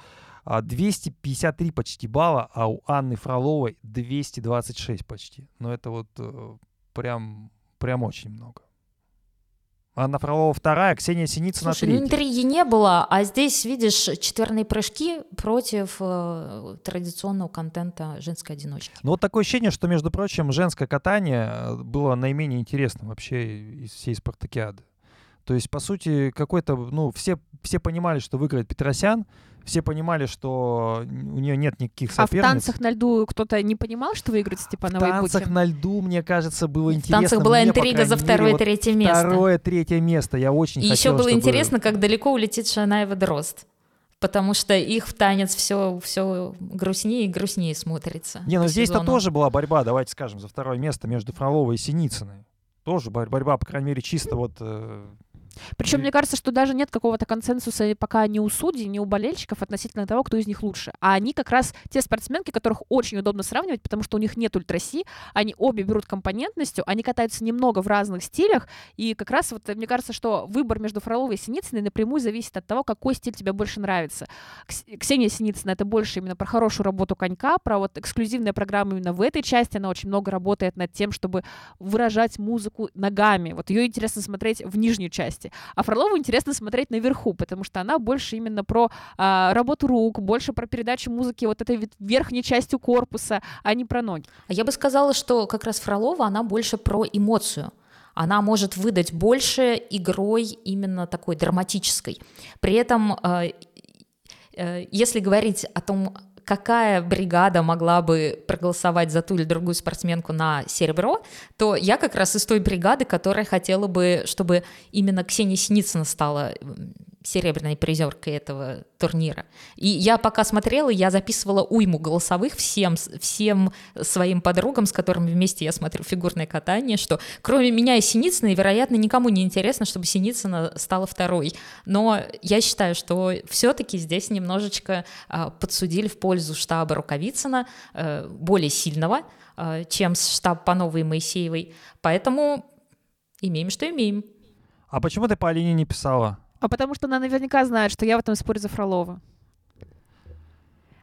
253 почти балла, а у Анны Фроловой 226 почти. Но это вот прям очень много. Анна Фролова 2, Ксения Синицына 3. Слушай, ну интриги не было, а здесь, видишь, четверные прыжки против традиционного контента женской одиночки. Ну вот такое ощущение, что, между прочим, женское катание было наименее интересным вообще из всей спартакиады. То есть, по сути, какой-то, ну, все понимали, что выиграет Петросян, все понимали, что у нее нет никаких соперниц. А в танцах на льду кто-то не понимал, что выиграет Степанова и Бутин? В танцах на льду, мне кажется, было интересно. В танцах была интрига за второе-третье место. Второе-третье место. Я очень хотел, еще было интересно, как далеко улетит Шанаева-Дрозд. Потому что их в танец все грустнее и грустнее смотрится. Не, ну здесь-то тоже была борьба, давайте скажем, за второе место между Фроловой и Синицыной. Тоже борьба, по крайней мере, чисто вот... Причем мне кажется, что даже нет какого-то консенсуса пока ни у судей, ни у болельщиков относительно того, кто из них лучше. А они как раз те спортсменки, которых очень удобно сравнивать, потому что у них нет ультраси, они обе берут компонентностью, они катаются немного в разных стилях, и как раз вот мне кажется, что выбор между Фроловой и Синицыной напрямую зависит от того, какой стиль тебе больше нравится. Ксения Синицына — это больше именно про хорошую работу конька, про вот эксклюзивная программа именно в этой части, она очень много работает над тем, чтобы выражать музыку ногами. Вот ее интересно смотреть в нижнюю часть. А Фролову интересно смотреть наверху, потому что она больше именно про работу рук, больше про передачу музыки вот этой верхней частью корпуса, а не про ноги. А я бы сказала, что как раз Фролова, она больше про эмоцию. Она может выдать больше игрой именно такой драматической. При этом, если говорить о том, какая бригада могла бы проголосовать за ту или другую спортсменку на серебро, то я как раз из той бригады, которая хотела бы, чтобы именно Ксения Синицына стала серебряной призеркой этого турнира. И я пока смотрела, я записывала уйму голосовых всем своим подругам, с которыми вместе я смотрю фигурное катание, что кроме меня и Синицыной, вероятно, никому не интересно, чтобы Синицына стала второй. Но я считаю, что все-таки здесь немножечко подсудили в пользу штаба Рукавицына, более сильного, чем штаб Пановой и Моисеевой. Поэтому имеем, что имеем. А почему ты по Алине не писала? А потому что она наверняка знает, что я в этом споре за Фролова.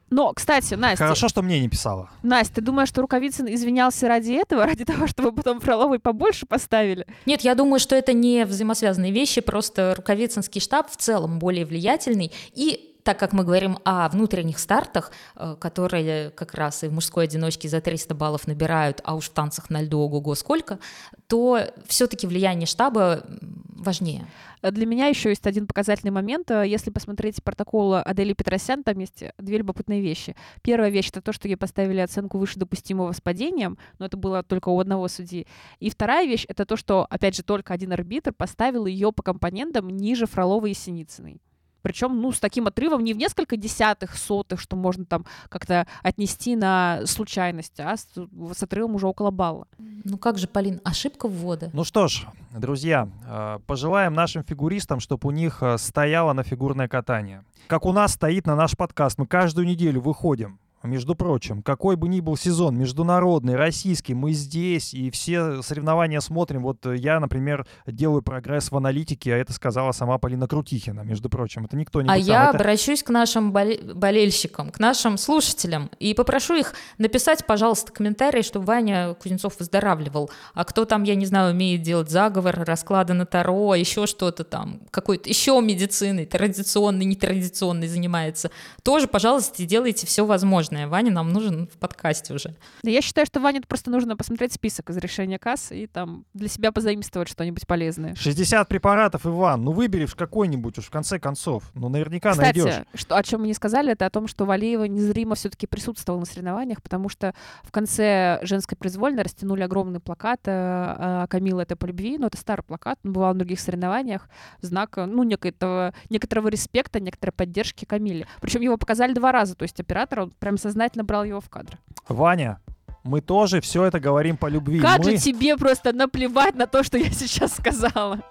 Но, кстати, Настя... Хорошо, что мне не писала. Настя, ты думаешь, что Рукавицын извинялся ради этого, ради того, чтобы потом Фроловой побольше поставили? Нет, я думаю, что это не взаимосвязанные вещи, просто Рукавицынский штаб в целом более влиятельный, и так как мы говорим о внутренних стартах, которые как раз и в мужской одиночке за 300 баллов набирают, а уж в танцах на льду ого-го сколько, то все-таки влияние штаба важнее. Для меня еще есть один показательный момент. Если посмотреть протокол Адели Петросян, там есть две любопытные вещи. Первая вещь — это то, что ей поставили оценку выше допустимого с падением, но это было только у одного судьи. И вторая вещь — это то, что, опять же, только один арбитр поставил ее по компонентам ниже Фроловой и Синицыной. Причем, с таким отрывом не в несколько десятых, сотых, что можно там как-то отнести на случайность, а с отрывом уже около балла. Ну как же, Полин, ошибка ввода. Ну что ж, друзья, пожелаем нашим фигуристам, чтобы у них стояло на фигурное катание. Как у нас стоит на наш подкаст. Мы каждую неделю выходим. Между прочим, какой бы ни был сезон, международный, российский, мы здесь и все соревнования смотрим. Вот я, например, делаю прогресс в аналитике, а это сказала сама Полина Крутихина, между прочим. Это никто не А я это... обращусь к нашим болельщикам, к нашим слушателям и попрошу их написать, пожалуйста, комментарии, чтобы Ваня Кузнецов выздоравливал. А кто там, я не знаю, умеет делать заговор, расклады на Таро, еще что-то там, какой-то еще медициной, традиционной, нетрадиционной занимается, тоже, пожалуйста, делайте все возможное. Ваня нам нужен в подкасте уже. Да, я считаю, что Ване просто нужно посмотреть список из решения КАС и там для себя позаимствовать что-нибудь полезное. 60 препаратов, Иван. Выбери какой-нибудь уж в конце концов. наверняка Кстати, найдешь. О чем мы не сказали, это о том, что Валеева незримо все-таки присутствовала на соревнованиях, потому что в конце женской произвольной растянули огромный плакат «Камила, это по любви». Но это старый плакат, он бывал на других соревнованиях, знак некоторого респекта, некоторой поддержки Камиле. Причем его показали 2 раза, то есть оператор, он прям сознательно брал его в кадр. Ваня, мы тоже все это говорим по любви. Как же тебе просто наплевать на то, что я сейчас сказала?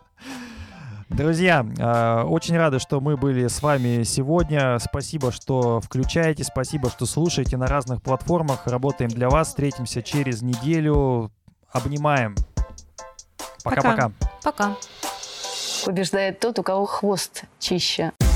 Друзья, очень рады, что мы были с вами сегодня. Спасибо, что включаете, спасибо, что слушаете на разных платформах. Работаем для вас. Встретимся через неделю. Обнимаем. Пока-пока. Пока. Побеждает тот, у кого хвост чище.